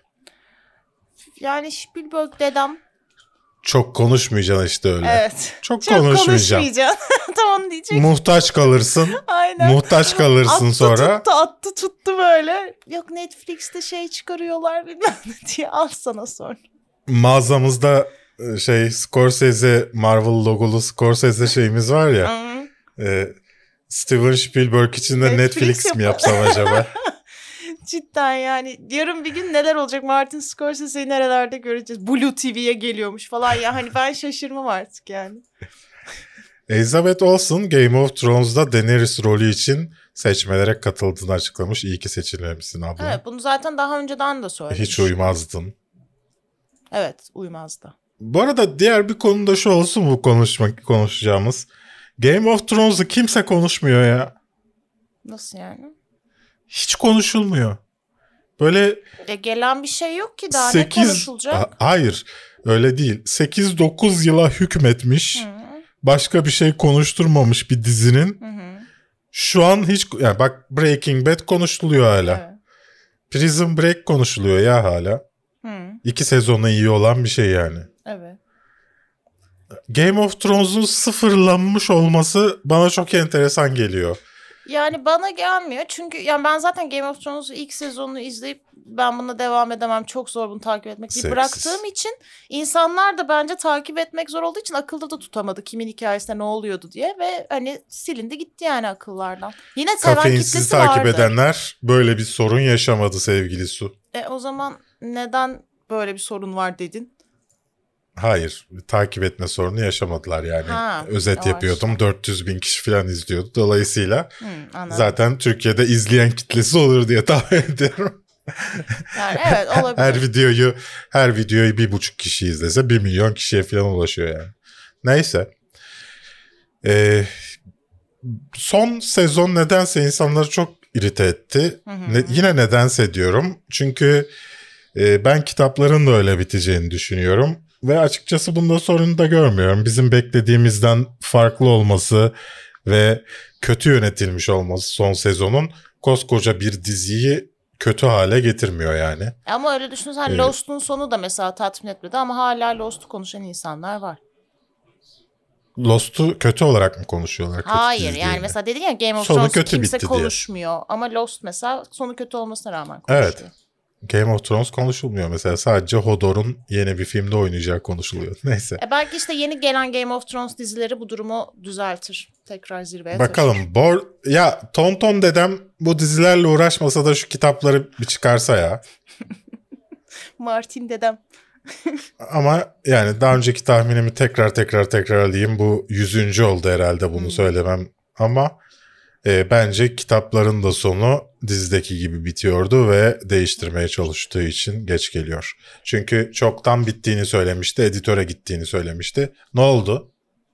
Yani Spielberg dedem. Çok konuşmayacaksın işte öyle. Evet. Çok, Çok konuşmayacaksın. konuşmayacaksın. Tam onu diyecek. Muhtaç kalırsın. Aynen. Muhtaç kalırsın attı, sonra. Attı attı tuttu böyle. Yok Netflix'te şey çıkarıyorlar bilmem ne diye al sana sonra. Mağazamızda şey Scorsese Marvel logolu Scorsese şeyimiz var ya. e, Steven Spielberg için de Netflix, Netflix mi yapsam acaba? Cidden yani yarın bir gün neler olacak, Martin Scorsese'yi nerelerde göreceğiz. Blue T V'ye geliyormuş falan ya, hani ben şaşırmam artık yani. Elizabeth Olsen Game of Thrones'da Daenerys rolü için seçmelere katıldığını açıklamış. İyi ki seçilmemişsin abla. Evet, bunu zaten daha önceden de söylemiş. Hiç uymazdın. Evet, uymazdı. Bu arada diğer bir konuda şu olsun, bu konuşmak konuşacağımız. Game of Thrones'u kimse konuşmuyor ya. Nasıl yani? Hiç konuşulmuyor. Böyle e gelen bir şey yok ki daha sekiz, ne konuşulacak? Ha, hayır öyle değil. sekiz dokuz yıla hükmetmiş. Hı. Başka bir şey konuşturmamış bir dizinin. Hı hı. Şu an hiç yani bak Breaking Bad konuşuluyor hala. Evet. Prison Break konuşuluyor ya hala. Hı. İki sezonu iyi olan bir şey yani. Evet. Game of Thrones'un sıfırlanmış olması bana çok enteresan geliyor. Yani bana gelmiyor çünkü yani ben zaten Game of Thrones'u ilk sezonunu izleyip ben buna devam edemem, çok zor bunu takip etmek diye bıraktığım için insanlar da bence takip etmek zor olduğu için akılda da tutamadı kimin hikayesinde ne oluyordu diye ve hani silindi gitti yani akıllardan. Yine seven Kafeinsiz kitlesi takip vardı. edenler böyle bir sorun yaşamadı sevgili Su. E o zaman neden böyle bir sorun var dedin? Hayır, takip etme sorunu yaşamadılar yani. Ha, özet yapıyordum, işte. dört yüz bin kişi falan izliyordu. Dolayısıyla hmm, zaten Türkiye'de izleyen kitlesi olur diye tahmin ediyorum. Yani evet, olabilir. her videoyu her videoyu bir buçuk kişi izlese bir milyon kişiye falan ulaşıyor yani. Neyse. Ee, son sezon nedense insanları çok irite etti. Hı hı. Ne, yine nedense diyorum. Çünkü e, ben kitapların da öyle biteceğini düşünüyorum. Ve açıkçası bunda sorun da görmüyorum. Bizim beklediğimizden farklı olması ve kötü yönetilmiş olması son sezonun koskoca bir diziyi kötü hale getirmiyor yani. Ama öyle düşünürsen ee, Lost'un sonu da mesela tatmin etmedi ama hala Lost'u konuşan insanlar var. Lost'u kötü olarak mı konuşuyorlar? Hayır yani diye mesela dedin ya Game of Thrones kimse konuşmuyor diye. Ama Lost mesela sonu kötü olmasına rağmen konuşuyor. Evet. Game of Thrones konuşulmuyor mesela, sadece Hodor'un yeni bir filmde oynayacağı konuşuluyor. Neyse. E belki işte yeni gelen Game of Thrones dizileri bu durumu düzeltir. Tekrar zirveye bakalım. Bor ya Tonton dedem bu dizilerle uğraşmasa da şu kitapları bir çıkarsa ya. Martin dedem. Ama yani daha önceki tahminimi tekrar tekrar tekrarlayayım. Bu yüzüncü oldu herhalde bunu hmm. söylemem. Ama e, bence kitapların da sonu dizideki gibi bitiyordu ve değiştirmeye çalıştığı için geç geliyor. Çünkü çoktan bittiğini söylemişti, editöre gittiğini söylemişti. Ne oldu?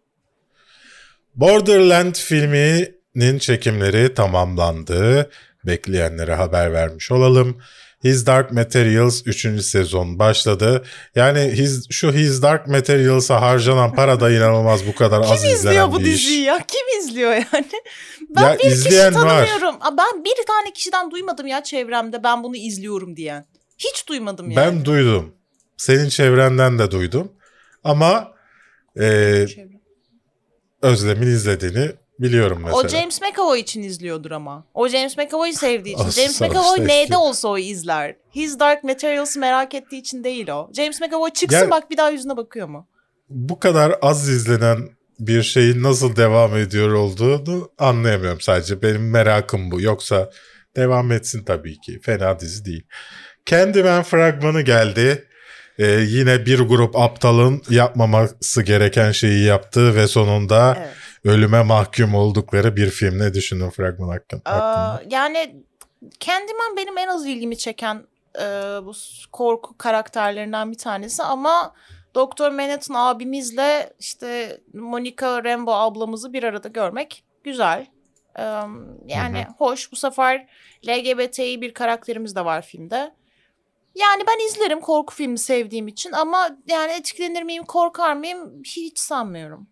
Borderland filminin çekimleri tamamlandı. Bekleyenlere haber vermiş olalım. His Dark Materials üçüncü sezon başladı. Yani his, şu His Dark Materials'a harcanan para da inanılmaz, bu kadar az izlenen bir iş. Kim izliyor bu diziyi ya? Kim izliyor yani? Ben ya bir kişi tanımıyorum. Var. Ben bir tane kişiden duymadım ya çevremde ben bunu izliyorum diyen. Hiç duymadım yani. Ben duydum. Senin çevrenden de duydum. Ama e, Özlem'in izlediğini biliyorum mesela. O James McAvoy için izliyordur ama. O James McAvoy'u sevdiği için. James McAvoy işte neyde olsa o izler. His Dark Materials'ı merak ettiği için değil o. James McAvoy çıksın yani, bak bir daha yüzüne bakıyor mu? Bu kadar az izlenen bir şeyin nasıl devam ediyor olduğunu anlayamıyorum sadece. Benim merakım bu. Yoksa devam etsin tabii ki. Fena dizi değil. Candyman fragmanı geldi. Ee, yine bir grup aptalın yapmaması gereken şeyi yaptığı ve sonunda evet. ölüme mahkum oldukları bir film. Ne düşündün fragman hakkında? Aa, yani Candyman benim en az ilgimi çeken e, bu korku karakterlerinden bir tanesi ama Doktor Manhattan abimizle işte Monica Rambeau ablamızı bir arada görmek güzel. Ee, yani hı hı. hoş, bu sefer L G B T'yi bir karakterimiz de var filmde. Yani ben izlerim korku filmi sevdiğim için ama yani etkilenir miyim, korkar mıyım hiç sanmıyorum.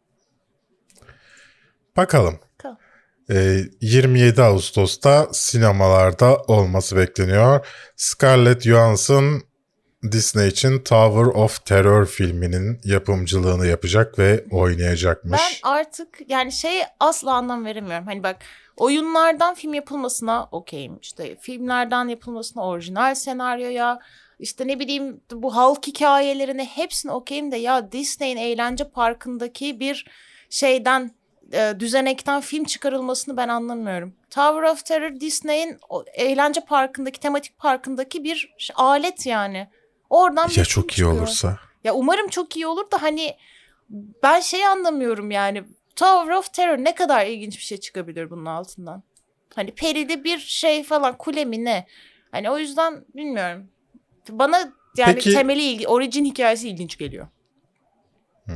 Bakalım. Bakalım. Ee, yirmi yedi Ağustos'ta sinemalarda olması bekleniyor. Scarlett Johansson Disney için Tower of Terror filminin yapımcılığını yapacak ve oynayacakmış. Ben artık yani şey asla anlam veremiyorum. Hani bak, oyunlardan film yapılmasına okeyim. İşte filmlerden yapılmasına, orijinal senaryoya, işte ne bileyim bu halk hikayelerine hepsine okeyim de ya Disney'in eğlence parkındaki bir şeyden, e, düzenekten film çıkarılmasını ben anlamıyorum. Tower of Terror Disney'in o eğlence parkındaki, tematik parkındaki bir alet yani. Oradan ya çok iyi çıkıyor. Olursa. Ya umarım çok iyi olur da hani ben şeyi anlamıyorum yani. Tower of Terror ne kadar ilginç bir şey çıkabilir bunun altından. Hani perili bir şey falan, kule mi ne? Hani o yüzden bilmiyorum. Bana yani Peki, temeli ilgi, orijin hikayesi ilginç geliyor. Hı.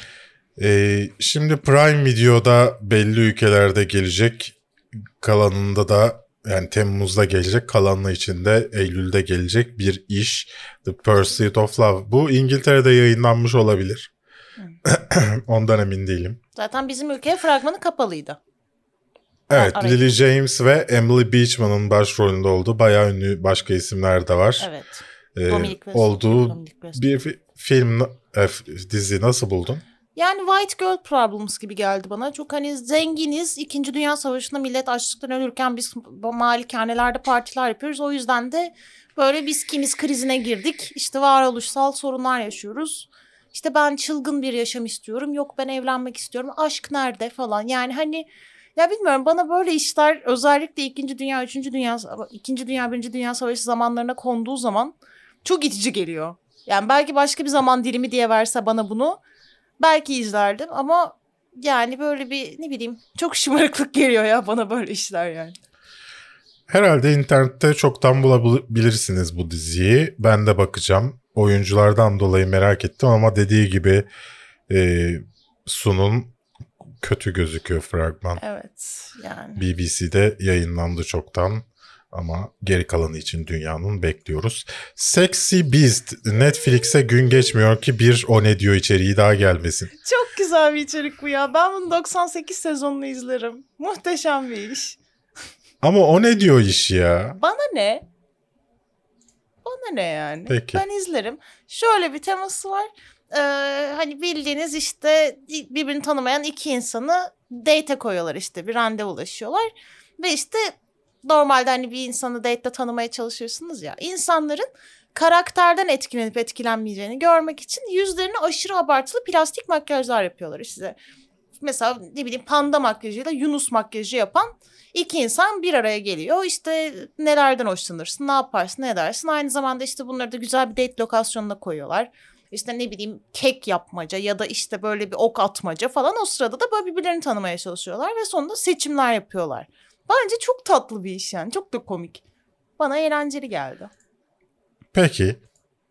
Ee, şimdi Prime Video'da belli ülkelerde gelecek. Kalanında da yani Temmuz'da gelecek, kalanı içinde Eylül'de gelecek bir iş. The Pursuit of Love. Bu İngiltere'de yayınlanmış olabilir. Ondan emin değilim. Zaten bizim ülkeye fragmanı kapalıydı. Evet, ben Lily James ve Emily Beechman'ın başrolünde olduğu bayağı ünlü başka isimler de var. Evet. Ee, olduğu bir fi- film, e, dizi nasıl buldun? Yani White Girl Problems gibi geldi bana. Çok hani zenginiz. İkinci Dünya Savaşı'nda millet açlıktan ölürken biz malikanelerde partiler yapıyoruz. O yüzden de böyle biz kimiz krizine girdik. İşte varoluşsal sorunlar yaşıyoruz. İşte ben çılgın bir yaşam istiyorum. Yok ben evlenmek istiyorum. Aşk nerede falan. Yani hani ya bilmiyorum, bana böyle işler özellikle İkinci Dünya, Üçüncü Dünya, İkinci Dünya, Birinci Dünya Savaşı zamanlarına konduğu zaman çok itici geliyor. Yani belki başka bir zaman dilimi diye verse bana bunu belki izlerdim ama yani böyle bir ne bileyim çok şımarıklık geliyor ya bana böyle işler yani. Herhalde internette çoktan bulabilirsiniz bu diziyi. Ben de bakacağım. Oyunculardan dolayı merak ettim ama dediği gibi e, Su'nun kötü gözüküyor fragman. Evet yani. B B C'de yayınlandı çoktan ama geri kalanı için dünyanın bekliyoruz. Sexy Beast Netflix'e gün geçmiyor ki bir O Ne Diyor içeriği daha gelmesin. Çok güzel bir içerik bu ya. Ben bunu doksan sekiz sezonunu izlerim. Muhteşem bir iş. Ama O Ne Diyor iş ya. Bana ne? Bana ne yani? Peki. Ben izlerim. Şöyle bir teması var. Ee, hani bildiğiniz işte birbirini tanımayan iki insanı date'e koyuyorlar, işte bir randevulaşıyorlar. Ve işte normalde hani bir insanı date'de tanımaya çalışıyorsunuz ya. İnsanların karakterden etkilenip etkilenmeyeceğini görmek için yüzlerine aşırı abartılı plastik makyajlar yapıyorlar işte. Mesela ne bileyim panda makyajıyla Yunus makyajı yapan iki insan bir araya geliyor. İşte nelerden hoşlanırsın, ne yaparsın, ne edersin. Aynı zamanda işte bunları da güzel bir date lokasyonuna koyuyorlar. İşte ne bileyim kek yapmaca ya da işte böyle bir ok atmaca falan, o sırada da böyle birbirlerini tanımaya çalışıyorlar ve sonunda seçimler yapıyorlar. Bence çok tatlı bir iş yani, çok da komik. Bana eğlenceli geldi. Peki.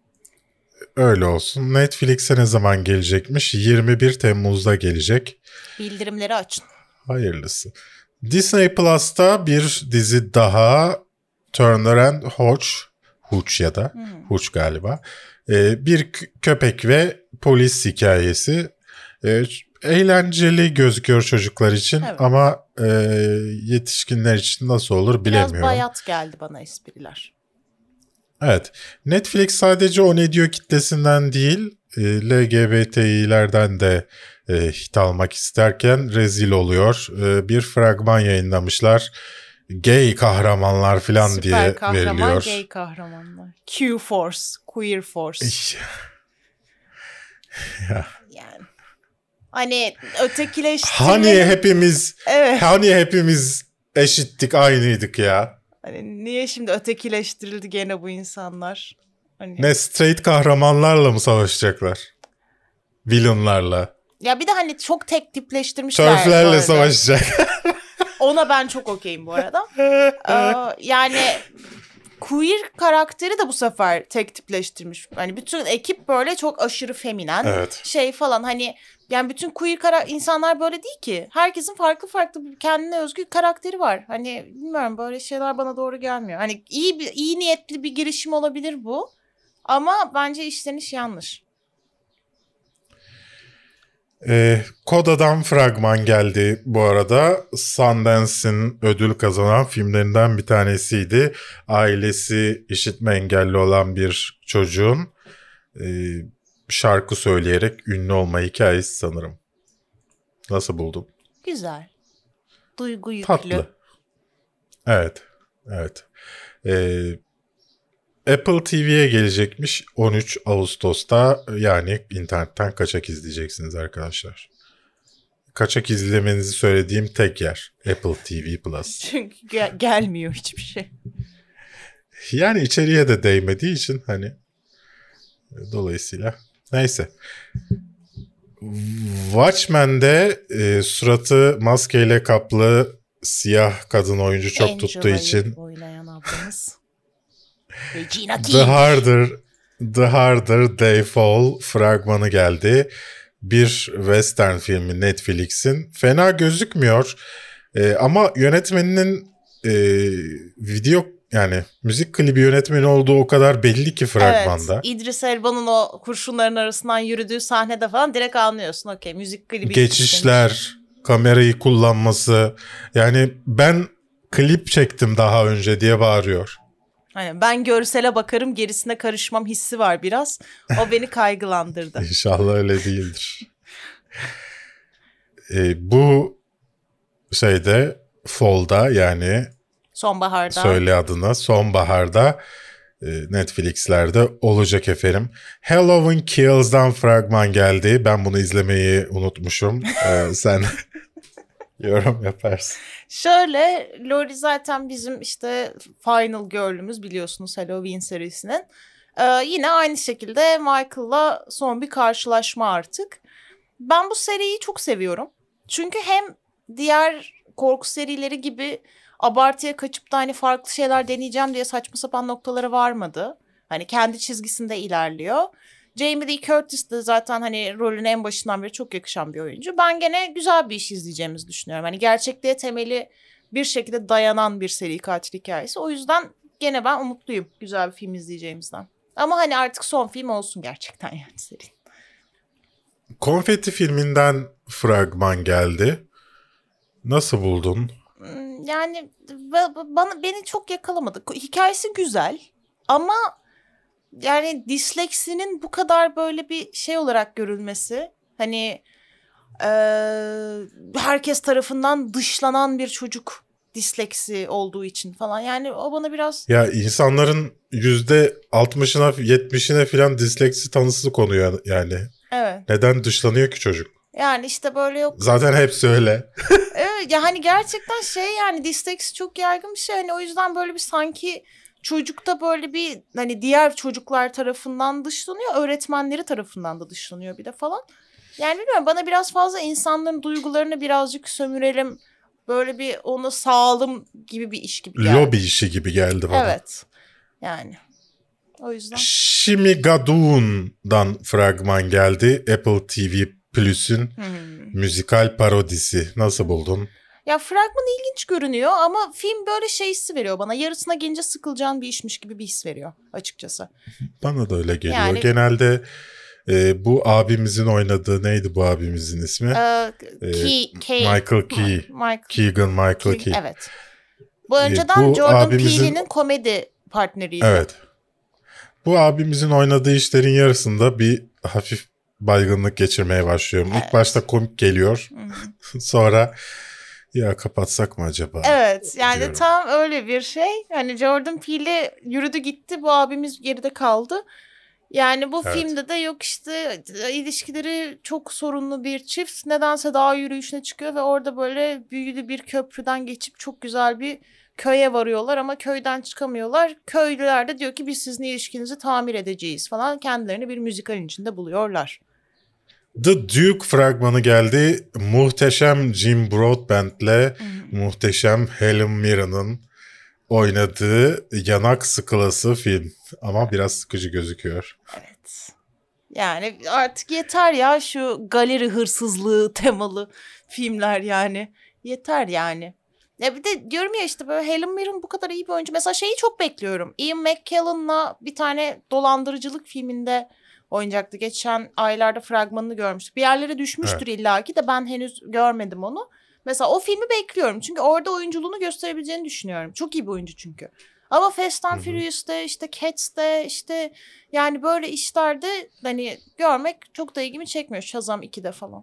Öyle olsun. Netflix'e ne zaman gelecekmiş? yirmi bir Temmuz'da gelecek. Bildirimleri açın. Hayırlısı. Disney Plus'ta bir dizi daha, Turner and Hooch. Hooch ya da hmm. Hooch galiba. Ee, bir k- köpek ve polis hikayesi. Ee, eğlenceli gözüküyor çocuklar için, evet. Ama e, yetişkinler için nasıl olur bilemiyorum. Biraz bayat geldi bana espriler. Evet. Netflix sadece O Ne Diyor kitlesinden değil, L G B T'lerden de e, hit almak isterken rezil oluyor. E, bir fragman yayınlamışlar. Gay kahramanlar falan Süper diye kahraman, veriliyor. Gay kahramanlar. Q-Force, Queer Force. Ya. Yani. Hani ötekileştirme... Hani hepimiz, evet. Hani hepimiz eşittik, aynıydık ya. Hani niye şimdi ötekileştirildi gene bu insanlar? Hani... Ne, straight kahramanlarla mı savaşacaklar? Villainlarla. Ya bir de hani çok tek tipleştirmişler. Törflerle savaşacak. Ona ben çok okeyim bu arada. ee, yani queer karakteri de bu sefer tek tipleştirmiş. Hani bütün ekip böyle çok aşırı feminen. Evet. Şey falan hani Yani bütün queer kara- insanlar böyle değil ki. Herkesin farklı farklı kendine özgü karakteri var. Hani bilmiyorum, böyle şeyler bana doğru gelmiyor. Hani iyi bir iyi niyetli bir girişim olabilir bu. Ama bence işleniş yanlış. Ee, Koda'dan fragman geldi bu arada. Sundance'in ödül kazanan filmlerinden bir tanesiydi. Ailesi işitme engelli olan bir çocuğun e, şarkı söyleyerek ünlü olma hikayesi sanırım. Nasıl buldun? Güzel. Duygu yüklü. Tatlı. Evet. Evet. Ee, Apple T V'ye gelecekmiş on üç Ağustos'ta, yani internetten kaçak izleyeceksiniz arkadaşlar. Kaçak izlemenizi söylediğim tek yer Apple T V Plus. Çünkü gel- gelmiyor hiçbir şey. Yani içeriye de değmediği için hani dolayısıyla neyse. Watchmen'de e, suratı maskeyle kaplı siyah kadın oyuncu çok Angela'yı tuttuğu için oynayan ablamız. Regina The King. Harder The Harder They Fall fragmanı geldi. Bir western filmi Netflix'in. Fena gözükmüyor. Ee, ama yönetmeninin e, video yani müzik klibi yönetmeni olduğu o kadar belli ki fragmanda. Evet, İdris Elba'nın o kurşunların arasından yürüdüğü sahnede falan direkt anlıyorsun. Okey, müzik klibi. Geçişler, kamerayı kullanması. Yani ben klip çektim daha önce diye bağırıyor. Hani ben görsele bakarım, gerisine karışmam hissi var biraz. O beni kaygılandırdı. İnşallah öyle değildir. e, bu şeyde Fall'da, yani Sonbaharda. söyle adına, sonbaharda e, Netflix'lerde olacak efendim. Halloween Kills'dan fragman geldi. Ben bunu izlemeyi unutmuşum. E, sen yorum yaparsın. Şöyle, Laurie zaten bizim işte final girl'ümüz, biliyorsunuz Halloween serisinin. Ee, yine aynı şekilde Michael'la son bir karşılaşma artık. Ben bu seriyi çok seviyorum. Çünkü hem diğer korku serileri gibi abartıya kaçıp da hani farklı şeyler deneyeceğim diye saçma sapan noktalara varmadı. Hani kendi çizgisinde ilerliyor. Jamie Lee Curtis de zaten hani rolün en başından beri çok yakışan bir oyuncu. Ben gene güzel bir iş izleyeceğimizi düşünüyorum. Hani gerçekliğe temeli bir şekilde dayanan bir seri katil hikayesi. O yüzden gene ben umutluyum güzel bir film izleyeceğimizden. Ama hani artık son film olsun gerçekten yani seri. Konfeti filminden fragman geldi. Nasıl buldun? Yani bana beni çok yakalamadı. Hikayesi güzel ama yani disleksinin bu kadar böyle bir şey olarak görülmesi, hani e, herkes tarafından dışlanan bir çocuk disleksi olduğu için falan, yani o bana biraz... Ya insanların yüzde altmışına yetmişine falan disleksi tanısı konuyor yani. Evet. Neden dışlanıyor ki çocuk? Yani işte böyle yok. Zaten hepsi öyle. Evet ya, hani gerçekten şey, yani disleksi çok yaygın bir şey. Hani o yüzden böyle bir sanki çocukta böyle bir hani diğer çocuklar tarafından dışlanıyor, öğretmenleri tarafından da dışlanıyor bir de falan. Yani bilmiyorum, bana biraz fazla insanların duygularını birazcık sömürelim, böyle bir onu sağalım gibi bir iş gibi geldi. Lobi işi gibi geldi bana. Evet. Yani o yüzden. Shimigadoon'dan fragman geldi. Apple T V Plus'ün Hmm. müzikal parodisi. Nasıl buldun? Ya fragman ilginç görünüyor ama film böyle şey hissi veriyor bana. Yarısına gelince sıkılacağın bir işmiş gibi bir his veriyor açıkçası. Bana da öyle geliyor. Yani- Genelde e, bu abimizin oynadığı, neydi bu abimizin ismi? Ee, Ee, Key, Key, Michael Key. Michael Keegan Michael Key. Key. Evet. Bu önceden bu Jordan abimizin- Peele'nin komedi partneriydi. Evet. Bu abimizin oynadığı işlerin yarısında bir hafif baygınlık geçirmeye başlıyorum. Evet. İlk başta komik geliyor. Hı-hı. Sonra ya kapatsak mı acaba? Evet, yani diyorum. tam öyle bir şey. Hani Jordan Peele yürüdü gitti, bu abimiz geride kaldı. Yani bu Evet. filmde de yok işte, ilişkileri çok sorunlu bir çift nedense dağ yürüyüşüne çıkıyor ve orada böyle büyülü bir köprüden geçip çok güzel bir köye varıyorlar ama köyden çıkamıyorlar. Köylüler de diyor ki biz sizin ilişkinizi tamir edeceğiz falan, kendilerini bir müzikalin içinde buluyorlar. The Duke fragmanı geldi. Muhteşem Jim Broadbent'le muhteşem Helen Mirren'ın oynadığı yanak sıkılası film. Ama biraz sıkıcı gözüküyor. Evet. Yani artık yeter ya şu galeri hırsızlığı temalı filmler yani. Yeter yani. Ya bir de diyorum ya işte böyle Helen Mirren bu kadar iyi bir oyuncu. Mesela şeyi çok bekliyorum. Ian McKellen'la bir tane dolandırıcılık filminde oynayacaktı. Geçen aylarda fragmanını görmüştük. Bir yerlere düşmüştür evet. illaki de ben henüz görmedim onu. Mesela o filmi bekliyorum. Çünkü orada oyunculuğunu gösterebileceğini düşünüyorum. Çok iyi bir oyuncu çünkü. Ama Fast and Furious'te işte Cats'te işte yani böyle işlerde hani görmek çok da ilgimi çekmiyor. Shazam ikide falan.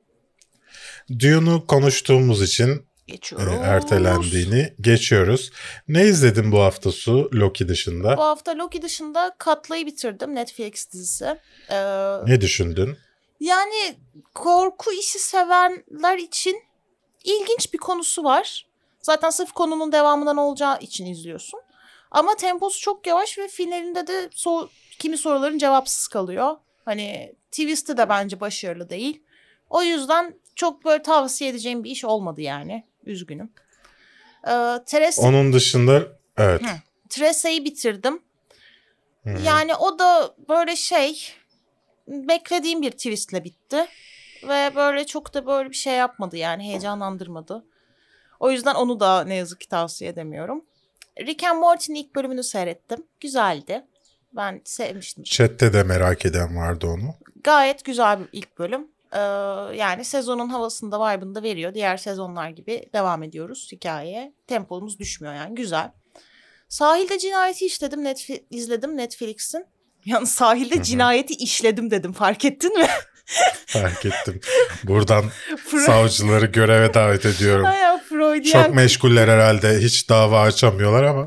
Dune'u konuştuğumuz için e, ertelendiğini geçiyoruz. Ne izledin bu hafta Su Loki dışında? Bu hafta Loki dışında Katla'yı bitirdim, Netflix dizisi. Ee, ne düşündün? Yani korku işi sevenler için ilginç bir konusu var. Zaten sırf konunun devamından olacağı için izliyorsun. Ama temposu çok yavaş ve finalinde de so- kimi soruların cevapsız kalıyor. Hani twist'i de bence başarılı değil. O yüzden çok böyle tavsiye edeceğim bir iş olmadı yani. Üzgünüm. Ee, Teresa... Onun dışında evet. Teresa'yı bitirdim. Hı-hı. Yani o da böyle şey beklediğim bir twistle bitti. Ve böyle çok da böyle bir şey yapmadı yani heyecanlandırmadı. O yüzden onu da ne yazık ki tavsiye edemiyorum. Rick and Morty'nin ilk bölümünü seyrettim. Güzeldi. Ben sevmiştim. Chat'te de merak eden vardı onu. Gayet güzel bir ilk bölüm. Ee, yani sezonun havasını da vibe'ını da veriyor. Diğer sezonlar gibi devam ediyoruz hikayeye. Tempomuz düşmüyor yani güzel. Sahilde cinayeti işledim, Netflix, izledim Netflix'in. Yani sahilde Hı-hı. cinayeti işledim dedim, fark ettin mi? Fark ettim. Buradan savcıları göreve davet ediyorum. Aya, Freudian... Çok meşguller herhalde. Hiç dava açamıyorlar ama.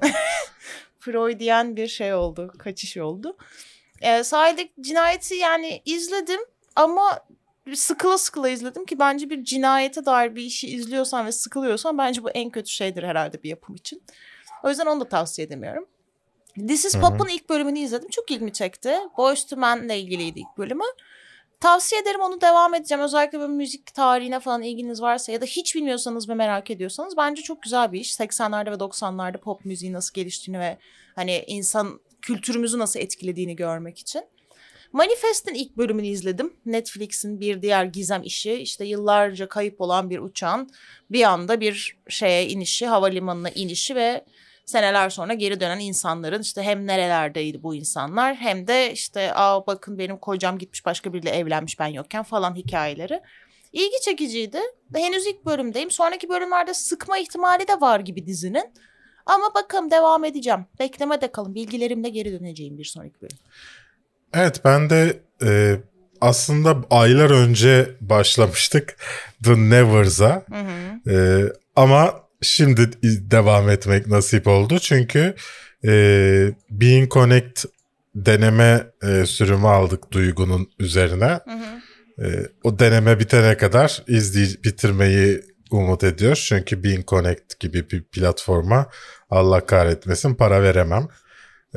Freudian bir şey oldu. Kaçış oldu. Ee, sahilde cinayeti yani izledim ama sıkıla sıkıla izledim ki bence bir cinayete dair bir işi izliyorsan ve sıkılıyorsan bence bu en kötü şeydir herhalde bir yapım için. O yüzden onu da tavsiye edemiyorum. This is Pop'un ilk bölümünü izledim. Çok ilgimi çekti. Boyz two Men'le ilgiliydi ilk bölümü. Tavsiye ederim, onu devam edeceğim. Özellikle böyle müzik tarihine falan ilginiz varsa ya da hiç bilmiyorsanız ve merak ediyorsanız bence çok güzel bir iş. seksenlerde ve doksanlarda pop müziği nasıl geliştiğini ve hani insan kültürümüzü nasıl etkilediğini görmek için. Manifest'in ilk bölümünü izledim. Netflix'in bir diğer gizem işi. İşte yıllarca kayıp olan bir uçağın bir anda bir şeye inişi, havalimanına inişi ve seneler sonra geri dönen insanların işte hem nerelerdeydi bu insanlar hem de işte aa bakın benim kocam gitmiş başka biriyle evlenmiş ben yokken falan hikayeleri. İlgi çekiciydi. Henüz ilk bölümdeyim. Sonraki bölümlerde sıkma ihtimali de var gibi dizinin. Ama bakalım, devam edeceğim. Beklemede kalın. Bilgilerimle geri döneceğim bir sonraki bölüm. Evet, ben de e, aslında aylar önce başlamıştık The Nevers'a. Hı hı. E, ama şimdi devam etmek nasip oldu. Çünkü e, Being Connect deneme e, sürümü aldık Duygu'nun üzerine. Hı hı. E, o deneme bitene kadar izley- bitirmeyi umut ediyoruz. Çünkü Being Connect gibi bir platforma Allah kahretmesin para veremem. E,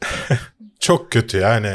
çok kötü yani.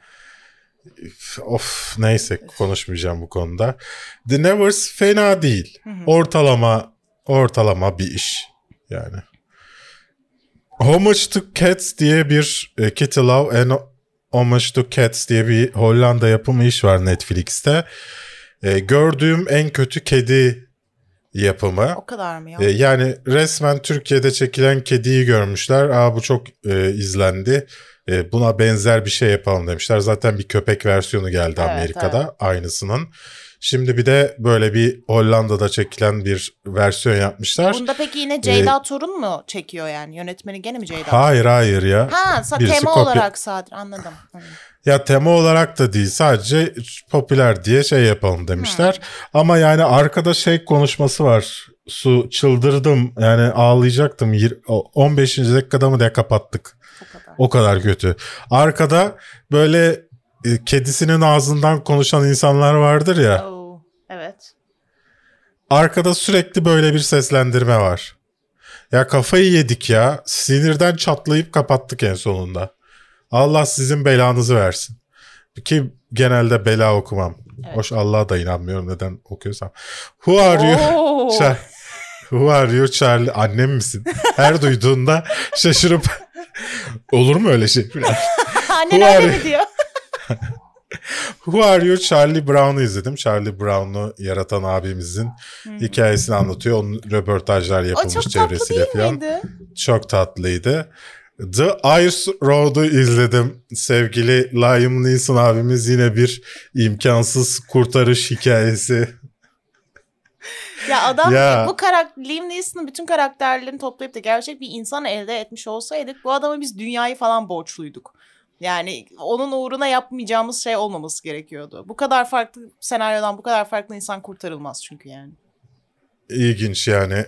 Of, neyse konuşmayacağım bu konuda. The Nevers fena değil. Hı hı. Ortalama ortalama bir iş yani. Homage to Cats diye bir e, Kitty Love and Homage to Cats diye bir Hollanda yapımı iş var Netflix'te. E, gördüğüm en kötü kedi yapımı. O kadar mı ya? E, yani resmen Türkiye'de çekilen kediyi görmüşler. Aa bu çok e, izlendi. E, buna benzer bir şey yapalım demişler. Zaten bir köpek versiyonu geldi evet, Amerika'da evet. aynısının. Şimdi bir de böyle bir Hollanda'da çekilen bir versiyon yapmışlar. Bunda peki yine Ceyda ee, Torun mu çekiyor yani? Yönetmeni gene mi Ceyda? Hayır hayır ya. Ha tema kopya... olarak sadece anladım. Hı. Ya tema olarak da değil, sadece popüler diye şey yapalım demişler. Hmm. Ama yani arkada şey konuşması var. Su çıldırdım yani ağlayacaktım. on beşinci dakikada mı diye kapattık. O kadar. O kadar kötü. Arkada böyle e, kedisinin ağzından konuşan insanlar vardır ya. Oh, evet. Arkada sürekli böyle bir seslendirme var. Ya kafayı yedik ya. Sinirden çatlayıp kapattık en sonunda. Allah sizin belanızı versin. Ki genelde bela okumam. Evet. Hoş Allah'a da inanmıyorum neden okuyorsam. Who are you? Oh. Who are you Charlie? Annem misin? Her duyduğunda şaşırıp olur mu öyle şey? Annen öyle mi diyor? Who Are You? Charlie Brown'u izledim. Charlie Brown'u yaratan abimizin hmm. hikayesini anlatıyor. Onun röportajlar yapılmış o çok çevresiyle tatlı değil falan. miydi? Çok tatlıydı. The Ice Road'u izledim. Sevgili Liam Neeson abimiz yine bir imkansız kurtarış hikayesi. Ya adam ya. bu karakter, Liam Neeson'ın bütün karakterlerini toplayıp da gerçek bir insan elde etmiş olsaydık bu adama biz dünyayı falan borçluyduk. Yani onun uğruna yapmayacağımız şey olmaması gerekiyordu. Bu kadar farklı senaryodan bu kadar farklı insan kurtarılmaz çünkü yani. İlginç yani.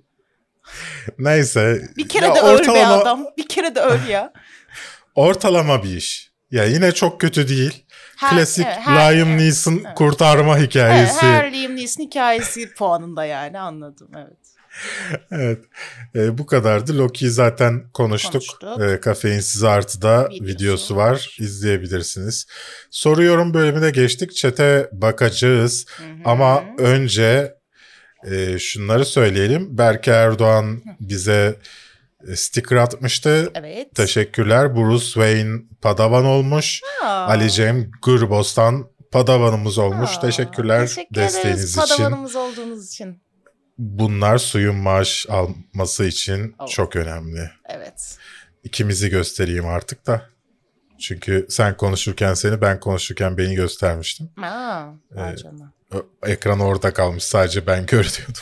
Neyse. Bir kere ya de ortalama, öl be adam. Bir kere de öl ya. Ortalama bir iş. Ya yine çok kötü değil. Her, Klasik evet, her, Liam evet, Neeson evet. kurtarma hikayesi. Evet, her Liam Neeson hikayesi puanında yani anladım evet. Evet. E, bu kadardı. Loki'yi zaten konuştuk. konuştuk. E, Kafeinsiz Artı'da videosu, videosu var. İzleyebilirsiniz. Soru yorum bölümüne geçtik. Chat'e bakacağız. Hı hı. Ama önce e, şunları söyleyelim. Berke Erdoğan hı. bize sticker atmıştı. Evet. Teşekkürler. Bruce Wayne Padawan olmuş. Aa. Ali Cem Gürbostan Padawan'ımız olmuş. Aa. Teşekkürler Teşekkür desteğiniz ederiz, için. Padawan'ımız olduğunuz için. Bunlar suyun maaş alması için oh. çok önemli. Evet. İkimizi göstereyim artık da. Çünkü sen konuşurken seni, ben konuşurken beni göstermiştim. Aa, ee, ekran orada kalmış, sadece ben görüyordum.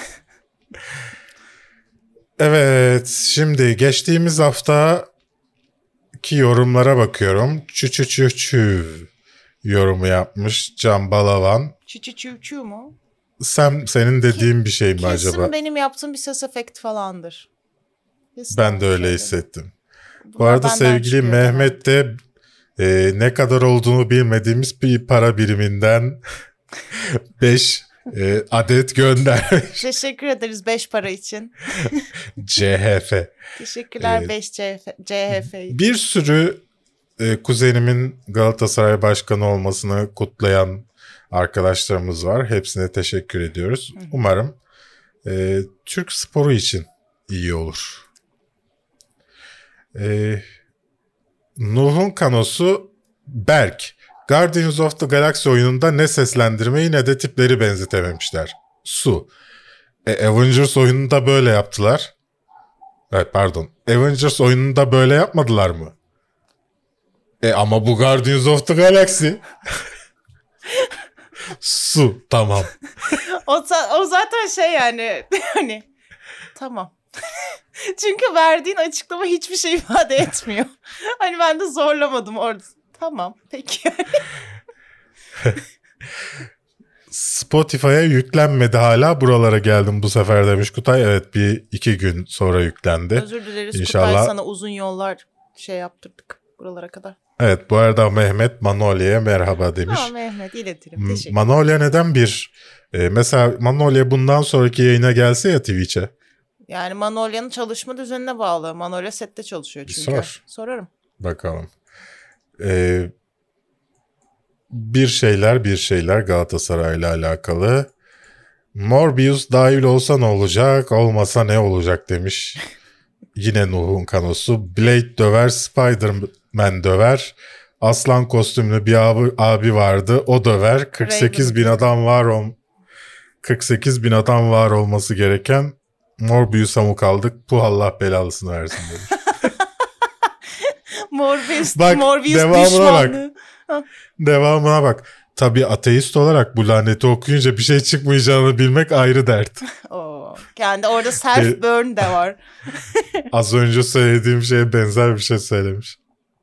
Evet, şimdi geçtiğimiz haftaki yorumlara bakıyorum. Çü çü çü çü yorumu yapmış Can Balaban. Çü çü çü çü mu? Sen, senin dediğin bir şey mi Kesin acaba? Kesin benim yaptığım bir ses efekti falandır. Kesin ben de öyle hissettim. Bunlar bu arada sevgili Mehmet de e, ne kadar olduğunu bilmediğimiz bir para biriminden beş e, adet göndermiş. Teşekkür ederiz beş para için. C H F. Teşekkürler beş C H F için. Bir sürü e, kuzenimin Galatasaray başkanı olmasını kutlayan arkadaşlarımız var. Hepsine teşekkür ediyoruz. Hı hı. Umarım e, Türk sporu için iyi olur. E, Nuh'un kanosu Berk. Guardians of the Galaxy oyununda ne seslendirmeyi ne de tipleri benzetememişler. Su. E, Avengers oyununda böyle yaptılar. Evet pardon. Avengers oyununda böyle yapmadılar mı? E ama bu Guardians of the Galaxy. Su. Tamam. o, o zaten şey yani. Hani tamam. Çünkü verdiğin açıklama hiçbir şey ifade etmiyor. Hani ben de zorlamadım orada. Tamam peki yani. Spotify'a yüklenmedi hala, buralara geldim bu sefer demiş Kutay. Evet, bir iki gün sonra yüklendi. Özür dileriz İnşallah... Kutay, sana uzun yollar şey yaptırdık buralara kadar. Evet, bu arada Mehmet Manolya'ya merhaba demiş. Ha, Mehmet iletirim, teşekkür Manolya neden bir e, mesela Manolya bundan sonraki yayına gelse ya Twitch'e. Yani Manolya'nın çalışma düzenine bağlı. Manolya sette çalışıyor çünkü. Sor. Sorarım. Bakalım. Ee, bir şeyler bir şeyler Galatasaray'la alakalı. Morbius dahil olsa ne olacak, olmasa ne olacak demiş. Yine Nuh'un kanosu. Blade döver, Spider-Man döver. Aslan kostümlü bir abi, abi vardı, o döver. kırk sekiz bin adam var ol, kırk sekiz bin adam var olması gereken Morbius'a mı kaldık? Bu Allah belalısını versin demiş. Morbius, bak, Morbius devamına düşmanlığı. bak. Devamına bak. Tabii ateist olarak bu laneti okuyunca bir şey çıkmayacağını bilmek ayrı dert. Oo, kendi orada self-burn de var. Az önce söylediğim şeye benzer bir şey söylemiş.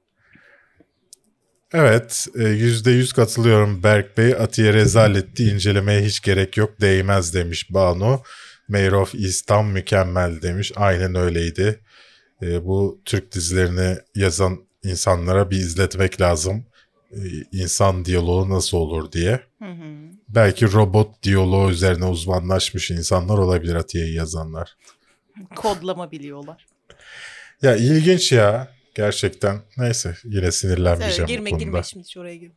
Evet, yüzde yüz katılıyorum Berk Bey. Atiye rezaletti, incelemeye hiç gerek yok, değmez demiş Banu. Mayor of East'tan mükemmel demiş. Aynen öyleydi. E, bu Türk dizilerini yazan insanlara bir izletmek lazım. E, insan diyaloğu nasıl olur diye. Hı hı. Belki robot diyaloğu üzerine uzmanlaşmış insanlar olabilir, Atiye'yi yazanlar. Kodlama biliyorlar. Ya ilginç ya. Gerçekten. Neyse, yine sinirlenmeyeceğim evet, girme, bu konuda. Girme şimdi oraya girme.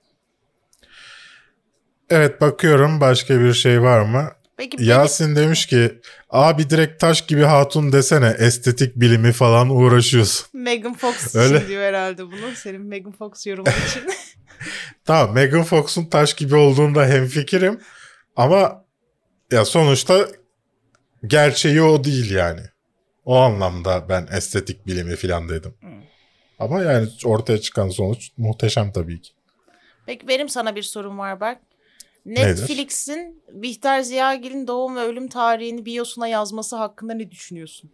Evet, bakıyorum başka bir şey var mı? Peki, Yasin peki. Demiş ki abi direkt taş gibi hatun desene, estetik bilimi falan uğraşıyorsun. Megan Fox Öyle. için diyor herhalde bunu. Senin Megan Fox yorumun için. Tamam, Megan Fox'un taş gibi olduğunda hemfikirim. Ama ya sonuçta gerçeği o değil yani. O anlamda ben estetik bilimi falan dedim. Hmm. Ama yani ortaya çıkan sonuç muhteşem tabii ki. Peki benim sana bir sorum var Berk. Netflix'in Bihter Ziyagil'in doğum ve ölüm tarihini biyosuna yazması hakkında ne düşünüyorsun?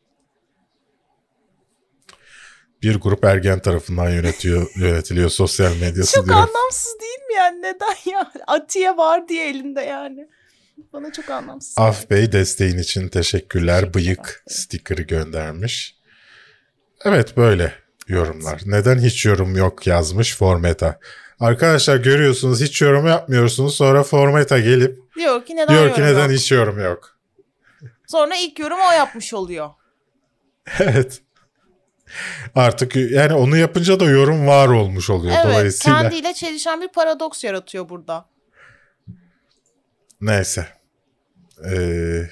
Bir grup ergen tarafından yönetiyor, yönetiliyor sosyal medyası. Çok diyorum. anlamsız değil mi yani? Neden ya? Atiye var diye elinde yani. Bana çok anlamsız. Af Bey desteğin için teşekkürler. teşekkürler. Bıyık sticker'ı göndermiş. Evet, böyle yorumlar. Neden hiç yorum yok yazmış Formeta. Arkadaşlar görüyorsunuz hiç yorum yapmıyorsunuz. Sonra Formeta gelip diyor ki neden, diyor ki neden yok? hiç yorum yok. Sonra ilk yorumu o yapmış oluyor. Evet. Artık yani onu yapınca da yorum var olmuş oluyor. Evet, dolayısıyla. kendiyle çelişen bir paradoks yaratıyor burada. Neyse. Ee,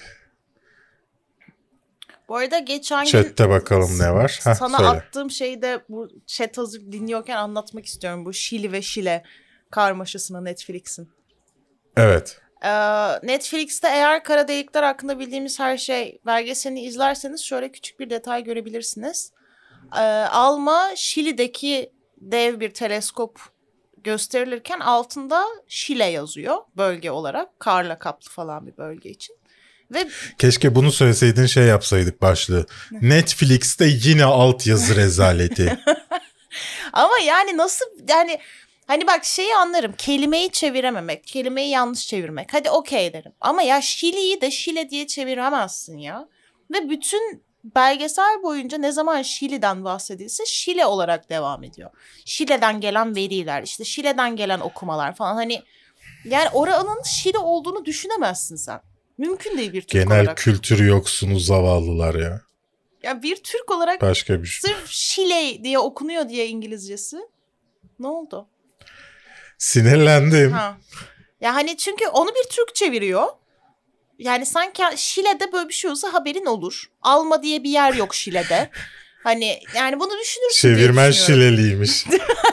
Bu arada geçen Chat'te gün bakalım ne var. Heh, sana söyle. attığım şeyi de bu chat hazır dinliyorken anlatmak istiyorum. Bu Şili ve Şile karmaşasını Netflix'in. Evet. Ee, Netflix'te eğer kara delikler hakkında bildiğimiz her şey belgeselini izlerseniz şöyle küçük bir detay görebilirsiniz. Ee, Alma Şili'deki dev bir teleskop gösterilirken altında Şile yazıyor bölge olarak. Karla kaplı falan bir bölge için. Ve keşke bunu söyleseydin, şey yapsaydık başlığı. Netflix'te yine altyazı rezaleti. Ama yani nasıl yani hani bak şeyi anlarım, kelimeyi çevirememek, kelimeyi yanlış çevirmek. Hadi okey derim. Ama ya Şili'yi de Şile diye çeviremezsin ya. Ve bütün belgesel boyunca ne zaman Şili'den bahsedilse Şile olarak devam ediyor. Şile'den gelen veriler, işte Şile'den gelen okumalar falan, hani yani oranın Şili olduğunu düşünemezsin sen. Mümkün değil bir Türk Genel olarak. Genel kültür yoksunu zavallılar ya. Ya bir Türk olarak başka bir şey. Sırf Şile diye okunuyor diye İngilizcesi. Ne oldu? Sinirlendim. Ha. Ya hani çünkü onu bir Türk çeviriyor. Yani sanki Şile'de böyle bir şey olsa haberin olur. Alma diye bir yer yok Şile'de. Hani yani bunu düşünürsün Çevirmen diye düşünüyorum. Şileliymiş.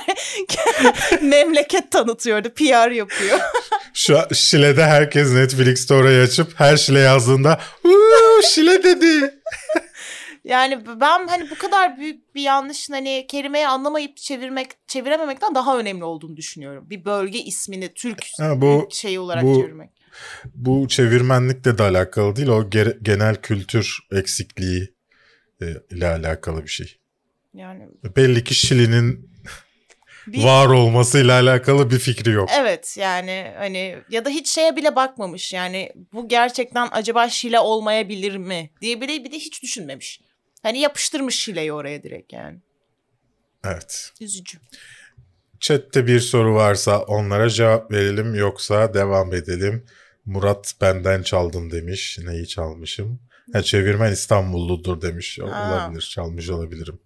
Memleket tanıtıyordu. P R yapıyor. Şu an Şile'de herkes Netflix'te orayı açıp her Şile yazdığında uuu Şile dedi. Yani ben hani bu kadar büyük bir yanlışın hani kelimeyi anlamayıp çevirmek, çevirememekten daha önemli olduğunu düşünüyorum. Bir bölge ismini Türk ha, bu, şeyi olarak bu, çevirmek. Bu çevirmenlikle de alakalı değil. O ge- genel kültür eksikliği e, ile alakalı bir şey. Yani belli ki Şili'nin bir, var olmasıyla alakalı bir fikri yok. Evet yani hani ya da hiç şeye bile bakmamış. Yani bu gerçekten acaba Şile olmayabilir mi diye bile bir de hiç düşünmemiş. Hani yapıştırmış Şile'yi oraya direkt yani. Evet. Üzücü. Chat'te bir soru varsa onlara cevap verelim, yoksa devam edelim. Murat benden çaldın demiş. Neyi çalmışım? Ha, çevirmen İstanbulludur demiş. Ha. Olabilir, çalmış olabilirim.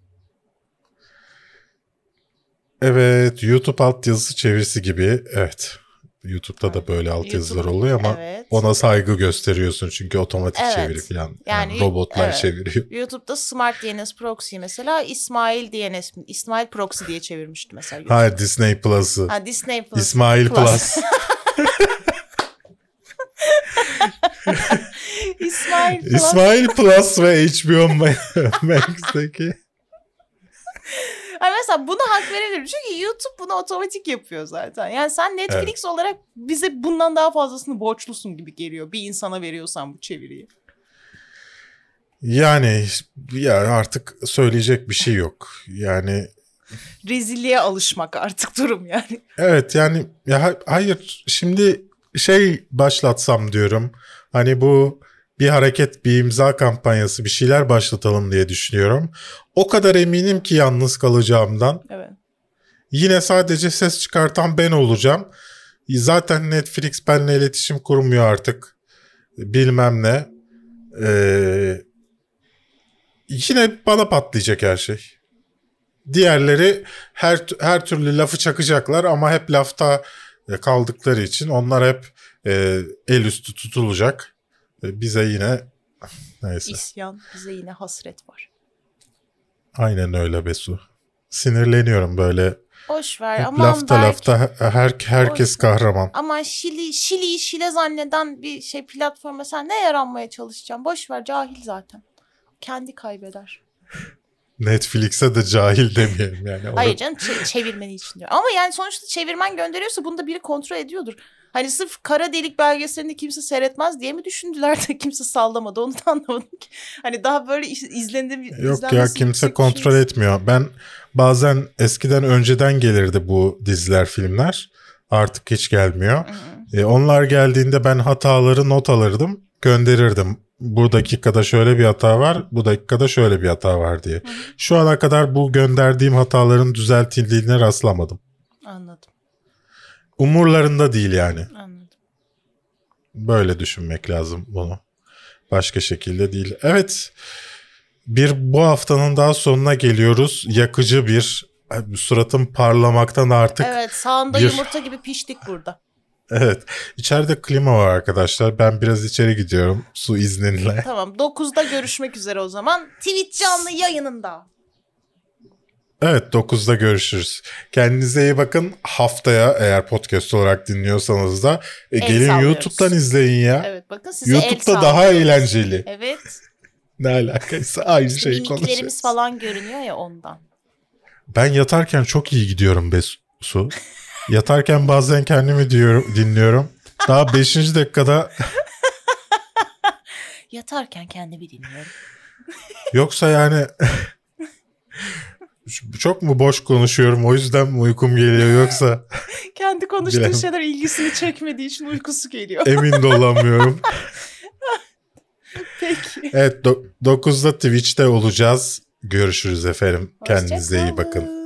Evet, YouTube altyazısı çevirisi gibi. Evet. YouTube'da da böyle altyazılar YouTube, oluyor ama evet. ona saygı gösteriyorsun çünkü otomatik Evet. çeviri falan. Yani, yani robotlar evet. çeviriyor. YouTube'da Smart D N S Proxy mesela İsmail D N S, İsmail Proxy diye çevirmişti mesela. YouTube. Hayır, Disney Plus'ı. Ha, Disney Plus. İsmail Plus. Plus. İsmail Plus. İsmail Plus ve H B O Max'teki. Yani mesela buna hak verebilirim. Çünkü YouTube bunu otomatik yapıyor zaten. Yani sen Netflix evet. olarak bize bundan daha fazlasını borçlusun gibi geliyor. Bir insana veriyorsan bu çeviriyi. Yani ya artık söyleyecek bir şey yok. Yani rezilliğe alışmak artık durum yani. Evet yani ya hayır şimdi şey başlatsam diyorum. Hani bu bir hareket, bir imza kampanyası, bir şeyler başlatalım diye düşünüyorum. O kadar eminim ki yalnız kalacağımdan. Evet. Yine sadece ses çıkartan ben olacağım. Zaten Netflix benimle iletişim kurmuyor artık. Bilmem ne. Ee, yine bana patlayacak her şey. Diğerleri her her türlü lafı çakacaklar ama hep lafta kaldıkları için onlar hep e, el üstü tutulacak. Bize yine neyse. İsyan, bize yine hasret var. Aynen öyle Besu. Sinirleniyorum böyle Boş ver. Hep Aman lafta Berk. lafta her, herkes Boş ver. kahraman. Aman Şili, Şili'yi Şile zanneden bir şey platforma sen ne yaranmaya çalışacaksın? Boş ver, cahil zaten. Kendi kaybeder. Netflix'e de cahil demeyelim yani. Hayır Orada- canım çe- çevirmeni için diyor. Ama yani sonuçta çevirmen gönderiyorsa bunu da biri kontrol ediyordur. Hani sırf kara delik belgeselini kimse seyretmez diye mi düşündüler de kimse sallamadı, onu da anlamadım ki. Hani daha böyle iz- izlendim. Yok ya, kimse kontrol etmiyor. Ben bazen eskiden önceden gelirdi bu diziler, filmler. Artık hiç gelmiyor. E, onlar geldiğinde ben hataları not alırdım, gönderirdim. Bu dakikada şöyle bir hata var, bu dakikada şöyle bir hata var diye. Şu ana kadar bu gönderdiğim hataların düzeltildiğine rastlamadım. Anladım, Umurlarında değil yani. anladım. Böyle düşünmek lazım bunu. Başka şekilde değil. Evet. Bir bu haftanın daha sonuna geliyoruz. Yakıcı bir, suratım parlamaktan artık. Evet. Evet, sağında bir- yumurta gibi piştik burada. İçeride klima var arkadaşlar. Ben biraz içeri gidiyorum su izninle. Tamam, dokuzda görüşmek üzere o zaman. Twitch canlı yayınında. Evet, dokuzda görüşürüz. Kendinize iyi bakın. Haftaya eğer podcast olarak dinliyorsanız da e, El gelin sallıyoruz. YouTube'dan izleyin ya. Evet, bakın size el YouTube'da daha sallıyoruz. eğlenceli. Evet. Ne alakaysa aynı İşte şeyi mimiklerimiz konuşuyoruz. falan görünüyor ya ondan. Ben yatarken çok iyi gidiyorum be Su. Yatarken bazen kendimi diyorum, dinliyorum. Daha beşinci dakikada Yatarken kendimi dinliyorum. yoksa yani çok mu boş konuşuyorum, o yüzden mi uykum geliyor, yoksa Kendi konuştuğu Bilemem. şeyler ilgisini çekmediği için uykusu geliyor. emin de olamıyorum. Peki. Evet, do- dokuzda Twitch'te olacağız. Görüşürüz efendim. Kendinize iyi Hoşça bakın. kalın.